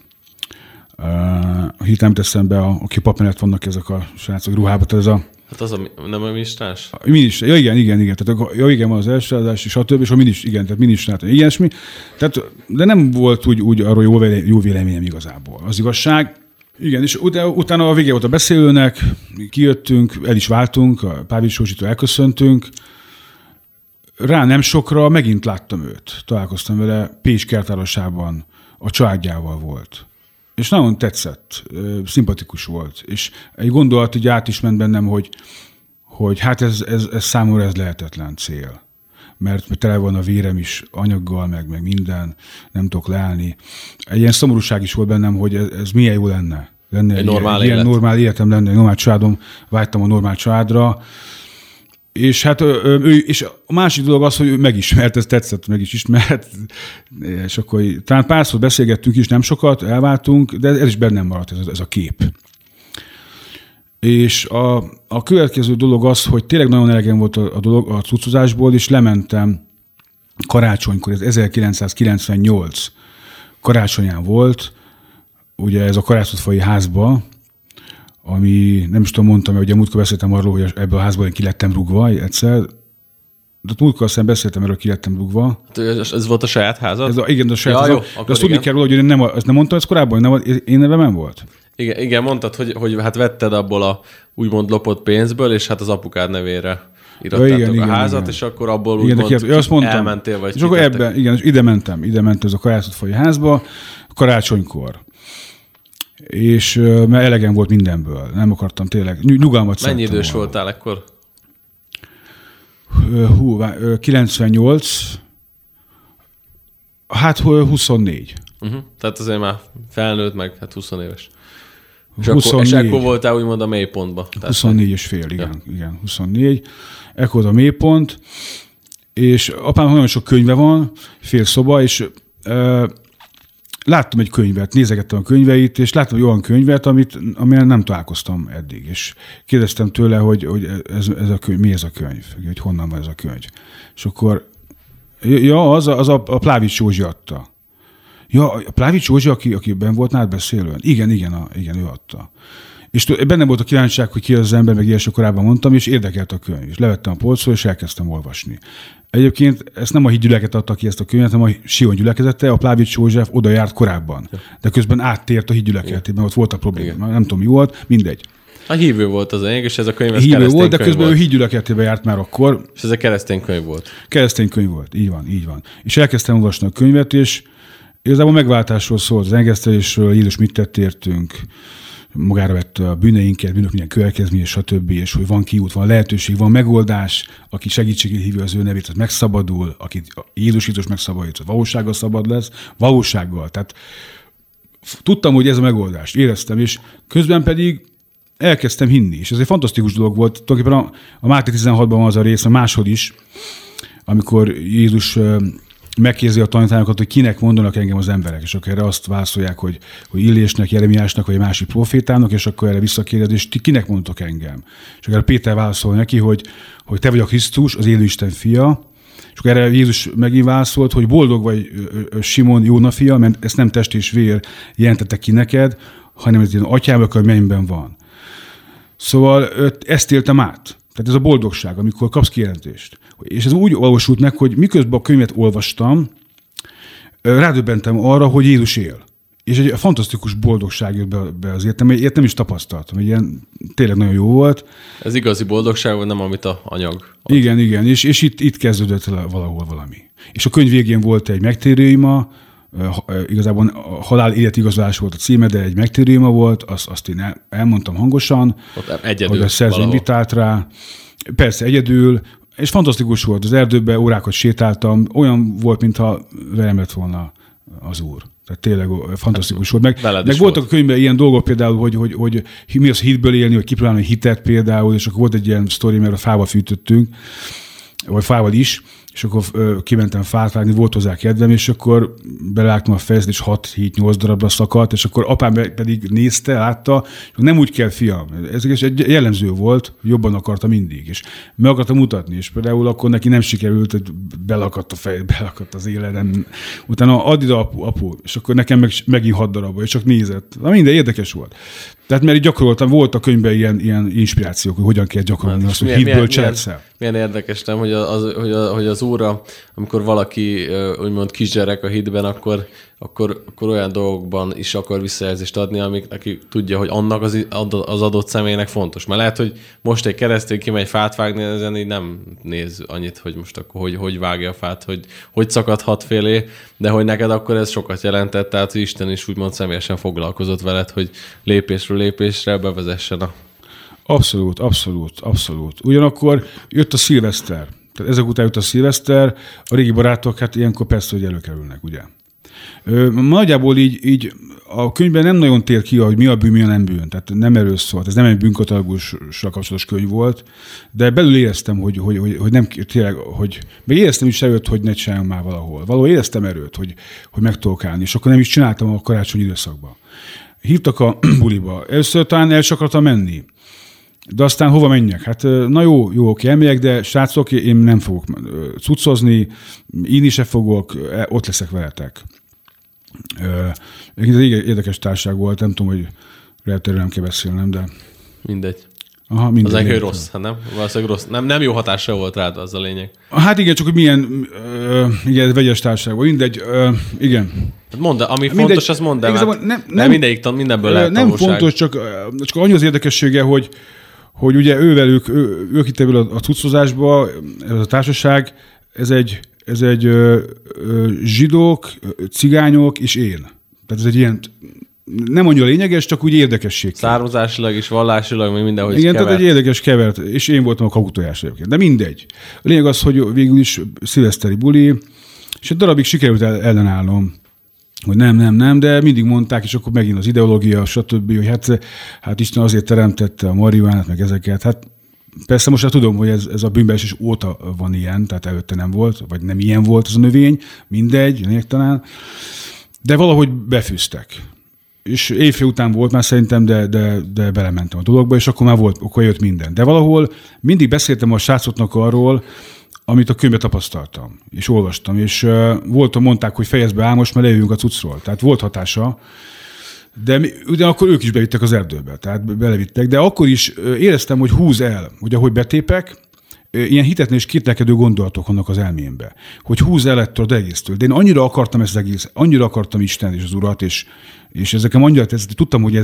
[SPEAKER 2] hirtelen teszem be, aki papmenet vannak ezek a srácok ruhába, tehát ez a...
[SPEAKER 1] Hát az nem a minisztrás?
[SPEAKER 2] Minisztrás, ja igen. Tehát igen, van az elsőadás, stb. És a minisztrát, ilyesmi. Tehát, de nem volt úgy arról jó véleményem igazából. Az igazság. Igen, és utána a vége volt a beszélőnek, kijöttünk, el is váltunk, a Pávich Józsitól elköszöntünk. Rá nem sokra megint láttam őt. Találkoztam vele Pécs kertvárosában, a családjával volt. És nagyon tetszett, szimpatikus volt. És egy gondolat így át is ment bennem, hogy hát ez számomra ez lehetetlen cél. Mert tele van a vérem is anyaggal, meg minden, nem tudok leállni. Egy ilyen szomorúság is volt bennem, hogy ez milyen jó lenne. Egy normál életem lenne, egy normál családom, vágytam a normál családra. És hát és a másik dolog az, hogy ő megismert, ez tetszett, meg is ismert, és akkor talán párszor beszélgettünk is, nem sokat, elváltunk, de ez is bennem maradt ez a kép. És a következő dolog az, hogy tényleg nagyon elegem volt a dolog a cuccozásból, és lementem karácsonykor, ez 1998 karácsonyán volt, ugye ez a Karácsonyfai házba, ami nem is tudom, mondtam, hogy ugye múltkor beszéltem arról, hogy ebből a házból én ki lettem rúgva egyszer, de múltkor aztán beszéltem erről, ki lettem rúgva.
[SPEAKER 1] Ez volt a saját házad?
[SPEAKER 2] Igen, a saját házad. De azt tudni kell róla, hogy ezt nem mondtam ezt korábban, én nevem nem volt.
[SPEAKER 1] Igen, mondtad, hogy hát vetted abból a úgymond lopott pénzből, és hát az apukád nevére irattátok a házat, igen. És akkor abból úgymond elmentél, vagy
[SPEAKER 2] és akkor ebben, igen, és ide mentem ez a Karácsonyfai házba, karácsonykor. És mert elegem volt mindenből. Nem akartam tényleg. Nyugalmat szerettem.
[SPEAKER 1] Mennyi idős voltál ekkor?
[SPEAKER 2] 98. Hát 24.
[SPEAKER 1] Tehát azért már felnőtt, meg hát 20 éves. És akkor voltál úgymond a mélypontba.
[SPEAKER 2] 24 és fél, igen, 24. Ekkor a mélypont, és apám nagyon sok könyve van, fél szoba, és láttam egy könyvet, nézegettem a könyveit, és láttam egy olyan könyvet, amilyen nem találkoztam eddig. És kérdeztem tőle, hogy ez a könyv, mi ez a könyv, hogy honnan van ez a könyv. És akkor, az a Plávics Józsi adta. Ja, a Plávics Józsi, aki benn volt nálad beszélően? Igen, ő adta. És bennem volt a kíváncsiság, hogy ki az ember, meg ilyesmi korábban mondtam, és érdekelt a könyv. És levettem a polcról, és elkezdtem olvasni. Egyébként ezt nem a hídgyülekezet adta ki ezt a könyvet, hanem a Sion gyülekezete, a Plávics József oda járt korábban. De közben áttért a hídgyülekezetében, ott volt a probléma. Nem tudom, mi volt, mindegy.
[SPEAKER 1] A hívő volt az enyém, és ez a könyv, ez
[SPEAKER 2] hívő volt, de közben ő hídgyülekezetében járt már akkor.
[SPEAKER 1] És ez a keresztény könyv volt.
[SPEAKER 2] Keresztény könyv volt, így van. És elkezdtem olvasni a könyvet, és igazából megváltásról szólt, az engesztelésről, Jézus mit tett értünk, magára vette a bűneinket, bűnök milyen következménye, stb. És hogy van kiút, van lehetőség, van megoldás, aki segítségét hívja az ő nevét, az megszabadul, aki Jézus Krisztus megszabadít, az valósággal szabad lesz, valósággal. Tehát tudtam, hogy ez a megoldás, éreztem, és közben pedig elkezdtem hinni, és ez egy fantasztikus dolog volt. Tulajdonképpen a Máté 16-ban van az a rész, a máshol is, amikor Jézus megkérdezi a tanítványokat, hogy kinek mondanak engem az emberek, és akkor erre azt válaszolják, hogy Illésnek, Jeremiásnak, vagy másik profétának, és akkor erre visszakérdez, és ti kinek mondtok engem? És akkor Péter válaszol neki, hogy te vagy a Krisztus, az élő Isten fia, és akkor erre Jézus megint válaszolt, hogy boldog vagy Simon, Jóna fia, mert ezt nem test és vér jelentette ki neked, hanem ez ilyen atyámnak, ami mennyben van. Szóval ezt éltem át. Tehát ez a boldogság, amikor kapsz kijelentést. És ez úgy valósult meg, hogy miközben a könyvet olvastam, rádöbbentem arra, hogy Jézus él. És egy fantasztikus boldogság jött be az életembe, ilyet nem is tapasztaltam. Ilyen tényleg nagyon jó volt.
[SPEAKER 1] Ez igazi boldogság, vagy nem, amit a anyag ad?
[SPEAKER 2] Igen. És itt kezdődött valahol valami. És a könyv végén volt egy megtérőima, igazából a halál életigazolás volt a címe, de egy megtérőima volt, azt én elmondtam hangosan,
[SPEAKER 1] egyedül,
[SPEAKER 2] hogy a szerző invitált rá. Persze egyedül, és fantasztikus volt. Az erdőben órákat sétáltam, olyan volt, mintha velem lett volna az Úr. Tehát tényleg fantasztikus volt. Meg voltak
[SPEAKER 1] volt
[SPEAKER 2] a könyvben ilyen dolgok például, hogy mi az hitből élni, hogy kipróbálni hitet például, és akkor volt egy ilyen sztori, mert a fával fűtöttünk, vagy fával is, és akkor kimentem fát vágni, volt hozzá kedvem, és akkor beleálltam a fejezet, és 6-7-8 darabra szakadt, és akkor apám pedig nézte, látta, és nem úgy kell, fiam. Ez egy jellemző volt, jobban akarta mindig, és meg akarta mutatni, és például akkor neki nem sikerült, hogy belakadt a fej, belakadt az életem. Utána add ide apu, és akkor nekem megint 6 darabba, és csak nézett. Na minden érdekes volt. Tehát mert gyakoroltam, volt a könyvben ilyen inspirációk, hogy hogyan kell gyakorolni azt, hogy hitből cselekszel.
[SPEAKER 1] Milyen érdekes, nem, hogy az óra, amikor valaki úgymond kisgyerek a hitben, akkor olyan dolgokban is akar visszajelzést adni, aki tudja, hogy annak az adott személynek fontos. Mert lehet, hogy most egy keresztény kimegy fát vágni, ezen így nem néz annyit, hogy most akkor hogy vágja a fát, hogy szakadhat félé, de hogy neked akkor ez sokat jelentett, tehát hogy Isten is úgymond személyesen foglalkozott veled, hogy lépésről lépésre bevezessen a... Abszolút. Ugyanakkor jött a szilveszter. Tehát ezek után jött a szilveszter, a régi barátok, hát ilyenkor persze, hogy előkerülnek, ugye. Nagyjából így a könyvben nem nagyon tér ki, hogy mi a bűn, mi a nem bűn. Tehát nem erről szólt. Ez nem egy bűnkatalógussal kapcsolatos könyv volt, de belül éreztem, hogy nem tényleg, hogy meg éreztem is erőt, hogy ne csináljam már valahol. Valahol éreztem erőt, hogy meg tudok állni, és akkor nem is csináltam a karácsonyi időszakban. Hívtak a buliba. Először talán el sem akartam menni. De aztán hova menjek? Hát na jó, oké, elmegyek, de srácok, én nem fogok cuccozni, inni se fogok, ott leszek veletek. Ez egy érdekes társaság volt, nem tudom, hogy lehet erről nem kell beszélnem, de... Mindegy.
[SPEAKER 2] Aha, mindegy.
[SPEAKER 1] Az egy rossz, nem? Valószínűleg rossz. Nem jó hatása volt rád, az a lényeg.
[SPEAKER 2] Hát igen, csak hogy milyen vegyes társaság volt. Mindegy, igen.
[SPEAKER 1] Hát mondd, ami fontos, azt mondd el. Nem mindenből lehet
[SPEAKER 2] nem tanulság. Fontos, csak annyi az érdekessége, hogy ugye ők itt ebből a cuccozásba, ez a társaság, ez egy zsidók, cigányok és én. Tehát ez egy ilyen, nem annyira lényeges, csak úgy érdekesség.
[SPEAKER 1] Származásilag és vallásilag, még mindenhogy
[SPEAKER 2] igen, kevert. Tehát egy érdekes kevert, és én voltam a kakutojás egyébként. De mindegy. A lényeg az, hogy végül is szilveszteri buli, és egy darabig sikerült ellenállnom, hogy nem, de mindig mondták, és akkor megint az ideológia, stb., hogy hát Isten azért teremtette a marihuánát, meg ezeket. Hát persze most már tudom, hogy ez a bűnbeesés óta van ilyen, tehát előtte nem volt, vagy nem ilyen volt az a növény, mindegy, lényegtelen. De valahogy befűztek. És évfél után volt már szerintem, de belementem a dologba, és akkor jött minden. De valahol mindig beszéltem a srácoknak arról, amit a könyvben tapasztaltam, és olvastam, és mondták, hogy fejezd be Ámos, mert lejövünk a cuccról. Tehát volt hatása, de ugyanakkor ők is bevittek az erdőbe, tehát belevittek, de akkor is éreztem, hogy húz el, hogy ahogy betépek, ilyen hitetlen és kételkedő gondolatok vannak az elmémbe, hogy húz el ettől az egésztől. De én annyira akartam ezt az egész, annyira akartam Istent és az Urat, és ezek annyira tudtam, hogy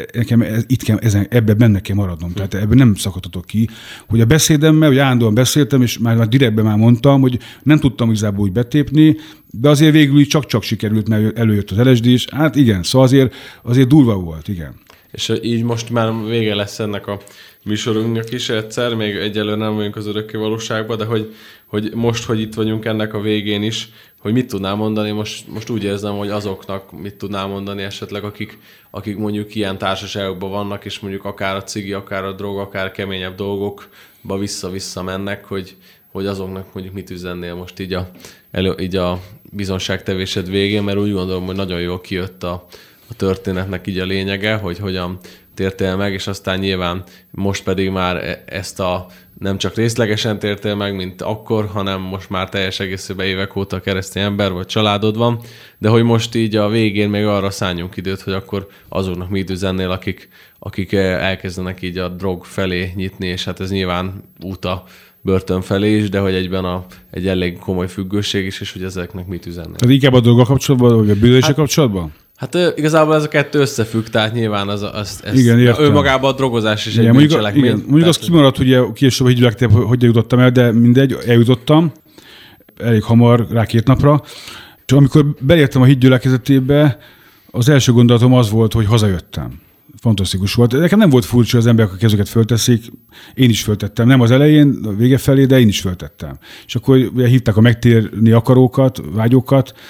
[SPEAKER 2] ebben benne kell maradnom, tehát ebben nem szakadhatok ki, hogy a beszédemmel, hogy állandóan beszéltem, és már direktben már mondtam, hogy nem tudtam igazából úgy betépni, de azért végül csak sikerült, mert előjött az LSD is. Hát igen, szóval azért durva volt, igen.
[SPEAKER 1] És így most már vége lesz ennek a műsorunknak is egyszer, még egyelőre nem vagyunk az örökké valóságban, de hogy most, hogy itt vagyunk ennek a végén is, hogy mit tudnál mondani, most úgy érzem, hogy azoknak mit tudnál mondani esetleg, akik mondjuk ilyen társaságokban vannak, és mondjuk akár a cigi, akár a drog, akár keményebb dolgokba vissza-vissza mennek, hogy azoknak mondjuk mit üzennél most így a bizonságtevésed végén, mert úgy gondolom, hogy nagyon jól kijött a történetnek így a lényege, hogy hogyan tértél meg, és aztán nyilván most pedig már ezt nem csak részlegesen tértél meg, mint akkor, hanem most már teljes egészében évek óta keresztény ember, vagy családod van, de hogy most így a végén még arra szálljunk időt, hogy akkor azoknak mit üzennél, akik elkezdenek így a drog felé nyitni, és hát ez nyilván út a börtön felé is, de hogy egyben egy elég komoly függőség is, és hogy ezeknek mit üzennél.
[SPEAKER 2] Ez inkább a droggal kapcsolatban, vagy a bűnöléssel kapcsolatban?
[SPEAKER 1] Hát igazából ez a kettő összefügg, tehát nyilván
[SPEAKER 2] igen,
[SPEAKER 1] önmagában a drogozás is egy bűncselekmény.
[SPEAKER 2] Igen, mondjuk az kimaradt, hogy később a hídgyülekeztetbe hogy jutottam el, de mindegy, eljutottam, elég hamar, rá 2 napra. És amikor beléptem a hídgyülekezetébe, az első gondolatom az volt, hogy hazajöttem. Fantasztikus volt. Nekem nem volt furcsa, az emberek a kezüket fölteszik, én is föltettem. Nem az elején, a vége felé, de én is föltettem. És akkor hívták a megtérni akarókat, vágyókat,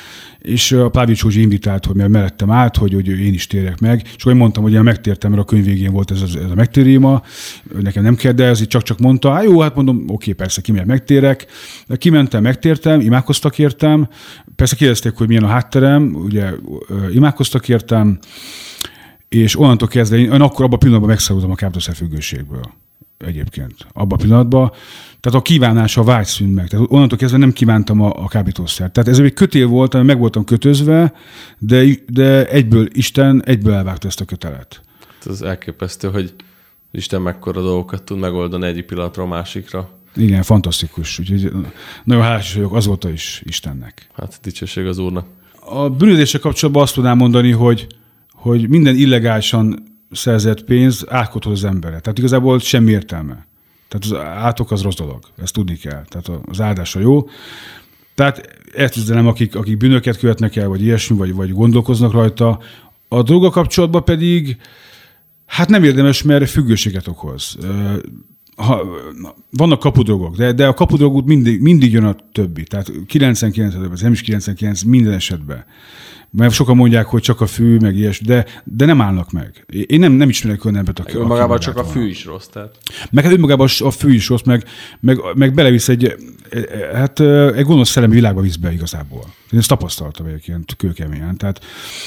[SPEAKER 2] és a Plávics Józsi invitált, hogy mert mellettem állt, hogy én is térjek meg, és akkor én mondtam, hogy én megtértem, mert a könyv végén volt ez a megtéréma, nekem nem kell, de ez csak mondta, jó, hát mondom, oké, persze, kimegyek, megtérek. De kimentem, megtértem, imádkoztak értem, persze kérdezték, hogy milyen a hátterem, ugye imádkoztak értem, és onnantól kezdve én akkor abban a pillanatban megszabadultam a kábítószerfüggőségből egyébként. Abban a pillanatban. Tehát a kívánás, a vágy szűnt meg. Tehát onnantól kezdve nem kívántam a kábítószert. Tehát ez egy kötél volt, ami meg voltam kötözve, de Isten egyből elvágta ezt a kötelet.
[SPEAKER 1] Ez elképesztő, hogy Isten mekkora dolgokat tud megoldani egyik pillanatra a másikra.
[SPEAKER 2] Igen, fantasztikus. Úgyhogy nagyon hálás vagyok azóta is Istennek.
[SPEAKER 1] Hát dicsőség az Úrnak.
[SPEAKER 2] A bűnözéssel kapcsolatban azt tudnám mondani, hogy minden illegálisan szerzett pénz átkodhat az emberre. Tehát igazából semmi értelme. Tehát az átok az rossz dolog. Ezt tudni kell. Tehát az áldása jó. Tehát ezt üzenem, akik bűnöket követnek el, vagy ilyesmi, vagy gondolkoznak rajta. A droga kapcsolatban pedig hát nem érdemes, mert függőséget okoz. Vannak kapudrogok, de a kapudrogok mindig jön a többi. Tehát 99-ben, nem is 99, minden esetben. Mert sokan mondják, hogy csak a fű, meg ilyes, de nem állnak meg. Én nem ismerek olyan embert, aki
[SPEAKER 1] önmagában csak a fű is rossz. Tehát.
[SPEAKER 2] Meg hát önmagában a fű is rossz, meg belevisz egy gonosz szellemi világba visz be igazából. Én ezt tapasztaltam egyébként kőkeményen. Tehát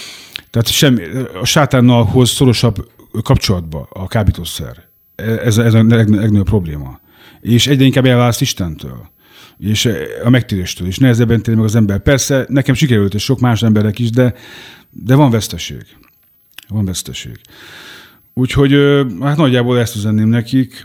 [SPEAKER 2] a sátánnalhoz szorosabb kapcsolatba a kábítószer. Ez a legnagyobb probléma. És egyre inkább elválaszt Istentől. És a megtéréstől is. Nehezebben tér meg az ember. Persze nekem sikerült, és sok más emberek is, de van veszteség. Van veszteség. Úgyhogy hát nagyjából ezt üzenném nekik.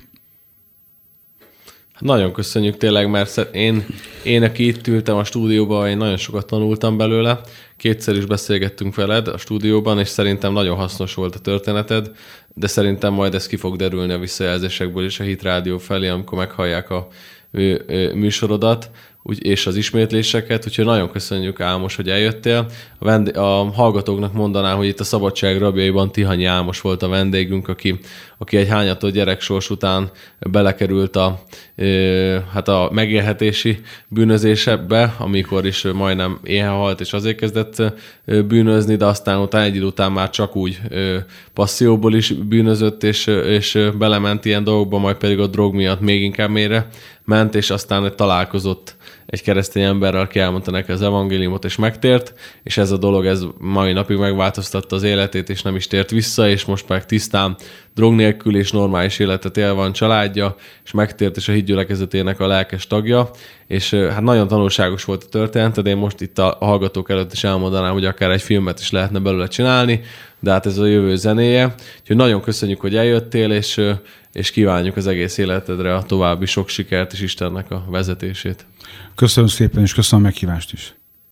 [SPEAKER 1] Nagyon köszönjük tényleg, mert én aki itt ültem a stúdióban, én nagyon sokat tanultam belőle. Kétszer is beszélgettünk veled a stúdióban, és szerintem nagyon hasznos volt a történeted, de szerintem majd ez ki fog derülni a visszajelzésekből is a Hit Rádió felé, amikor meghallják a műsorodat és az ismétléseket, úgyhogy nagyon köszönjük, Álmos, hogy eljöttél. A hallgatóknak mondanám, hogy itt a Szabadság rabjaiban Tihanyi Álmos volt a vendégünk, aki egy hányatott gyereksors után belekerült a megélhetési bűnözésebe, amikor is majdnem éhen halt, és azért kezdett bűnözni, de aztán utána egy idő után már csak úgy passzióból is bűnözött, és belement ilyen dolgokba, majd pedig a drog miatt még inkább mélyre ment, és aztán találkozott egy keresztény emberrel, aki elmondta neki az evangéliumot, és megtért, és ez a dolog ez mai napig megváltoztatta az életét, és nem is tért vissza, és most meg tisztán drog nélkül és normális életet él, van családja, és megtért, és a hitgyülekezetének a lelkes tagja, és hát nagyon tanulságos volt a történet, de én most itt a hallgatók előtt is elmondanám, hogy akár egy filmet is lehetne belőle csinálni, de hát ez a jövő zenéje. Úgyhogy nagyon köszönjük, hogy eljöttél, és kívánjuk az egész életedre a további sok sikert és Istennek a vezetését.
[SPEAKER 2] Köszönöm szépen, és köszönöm a meghívást is.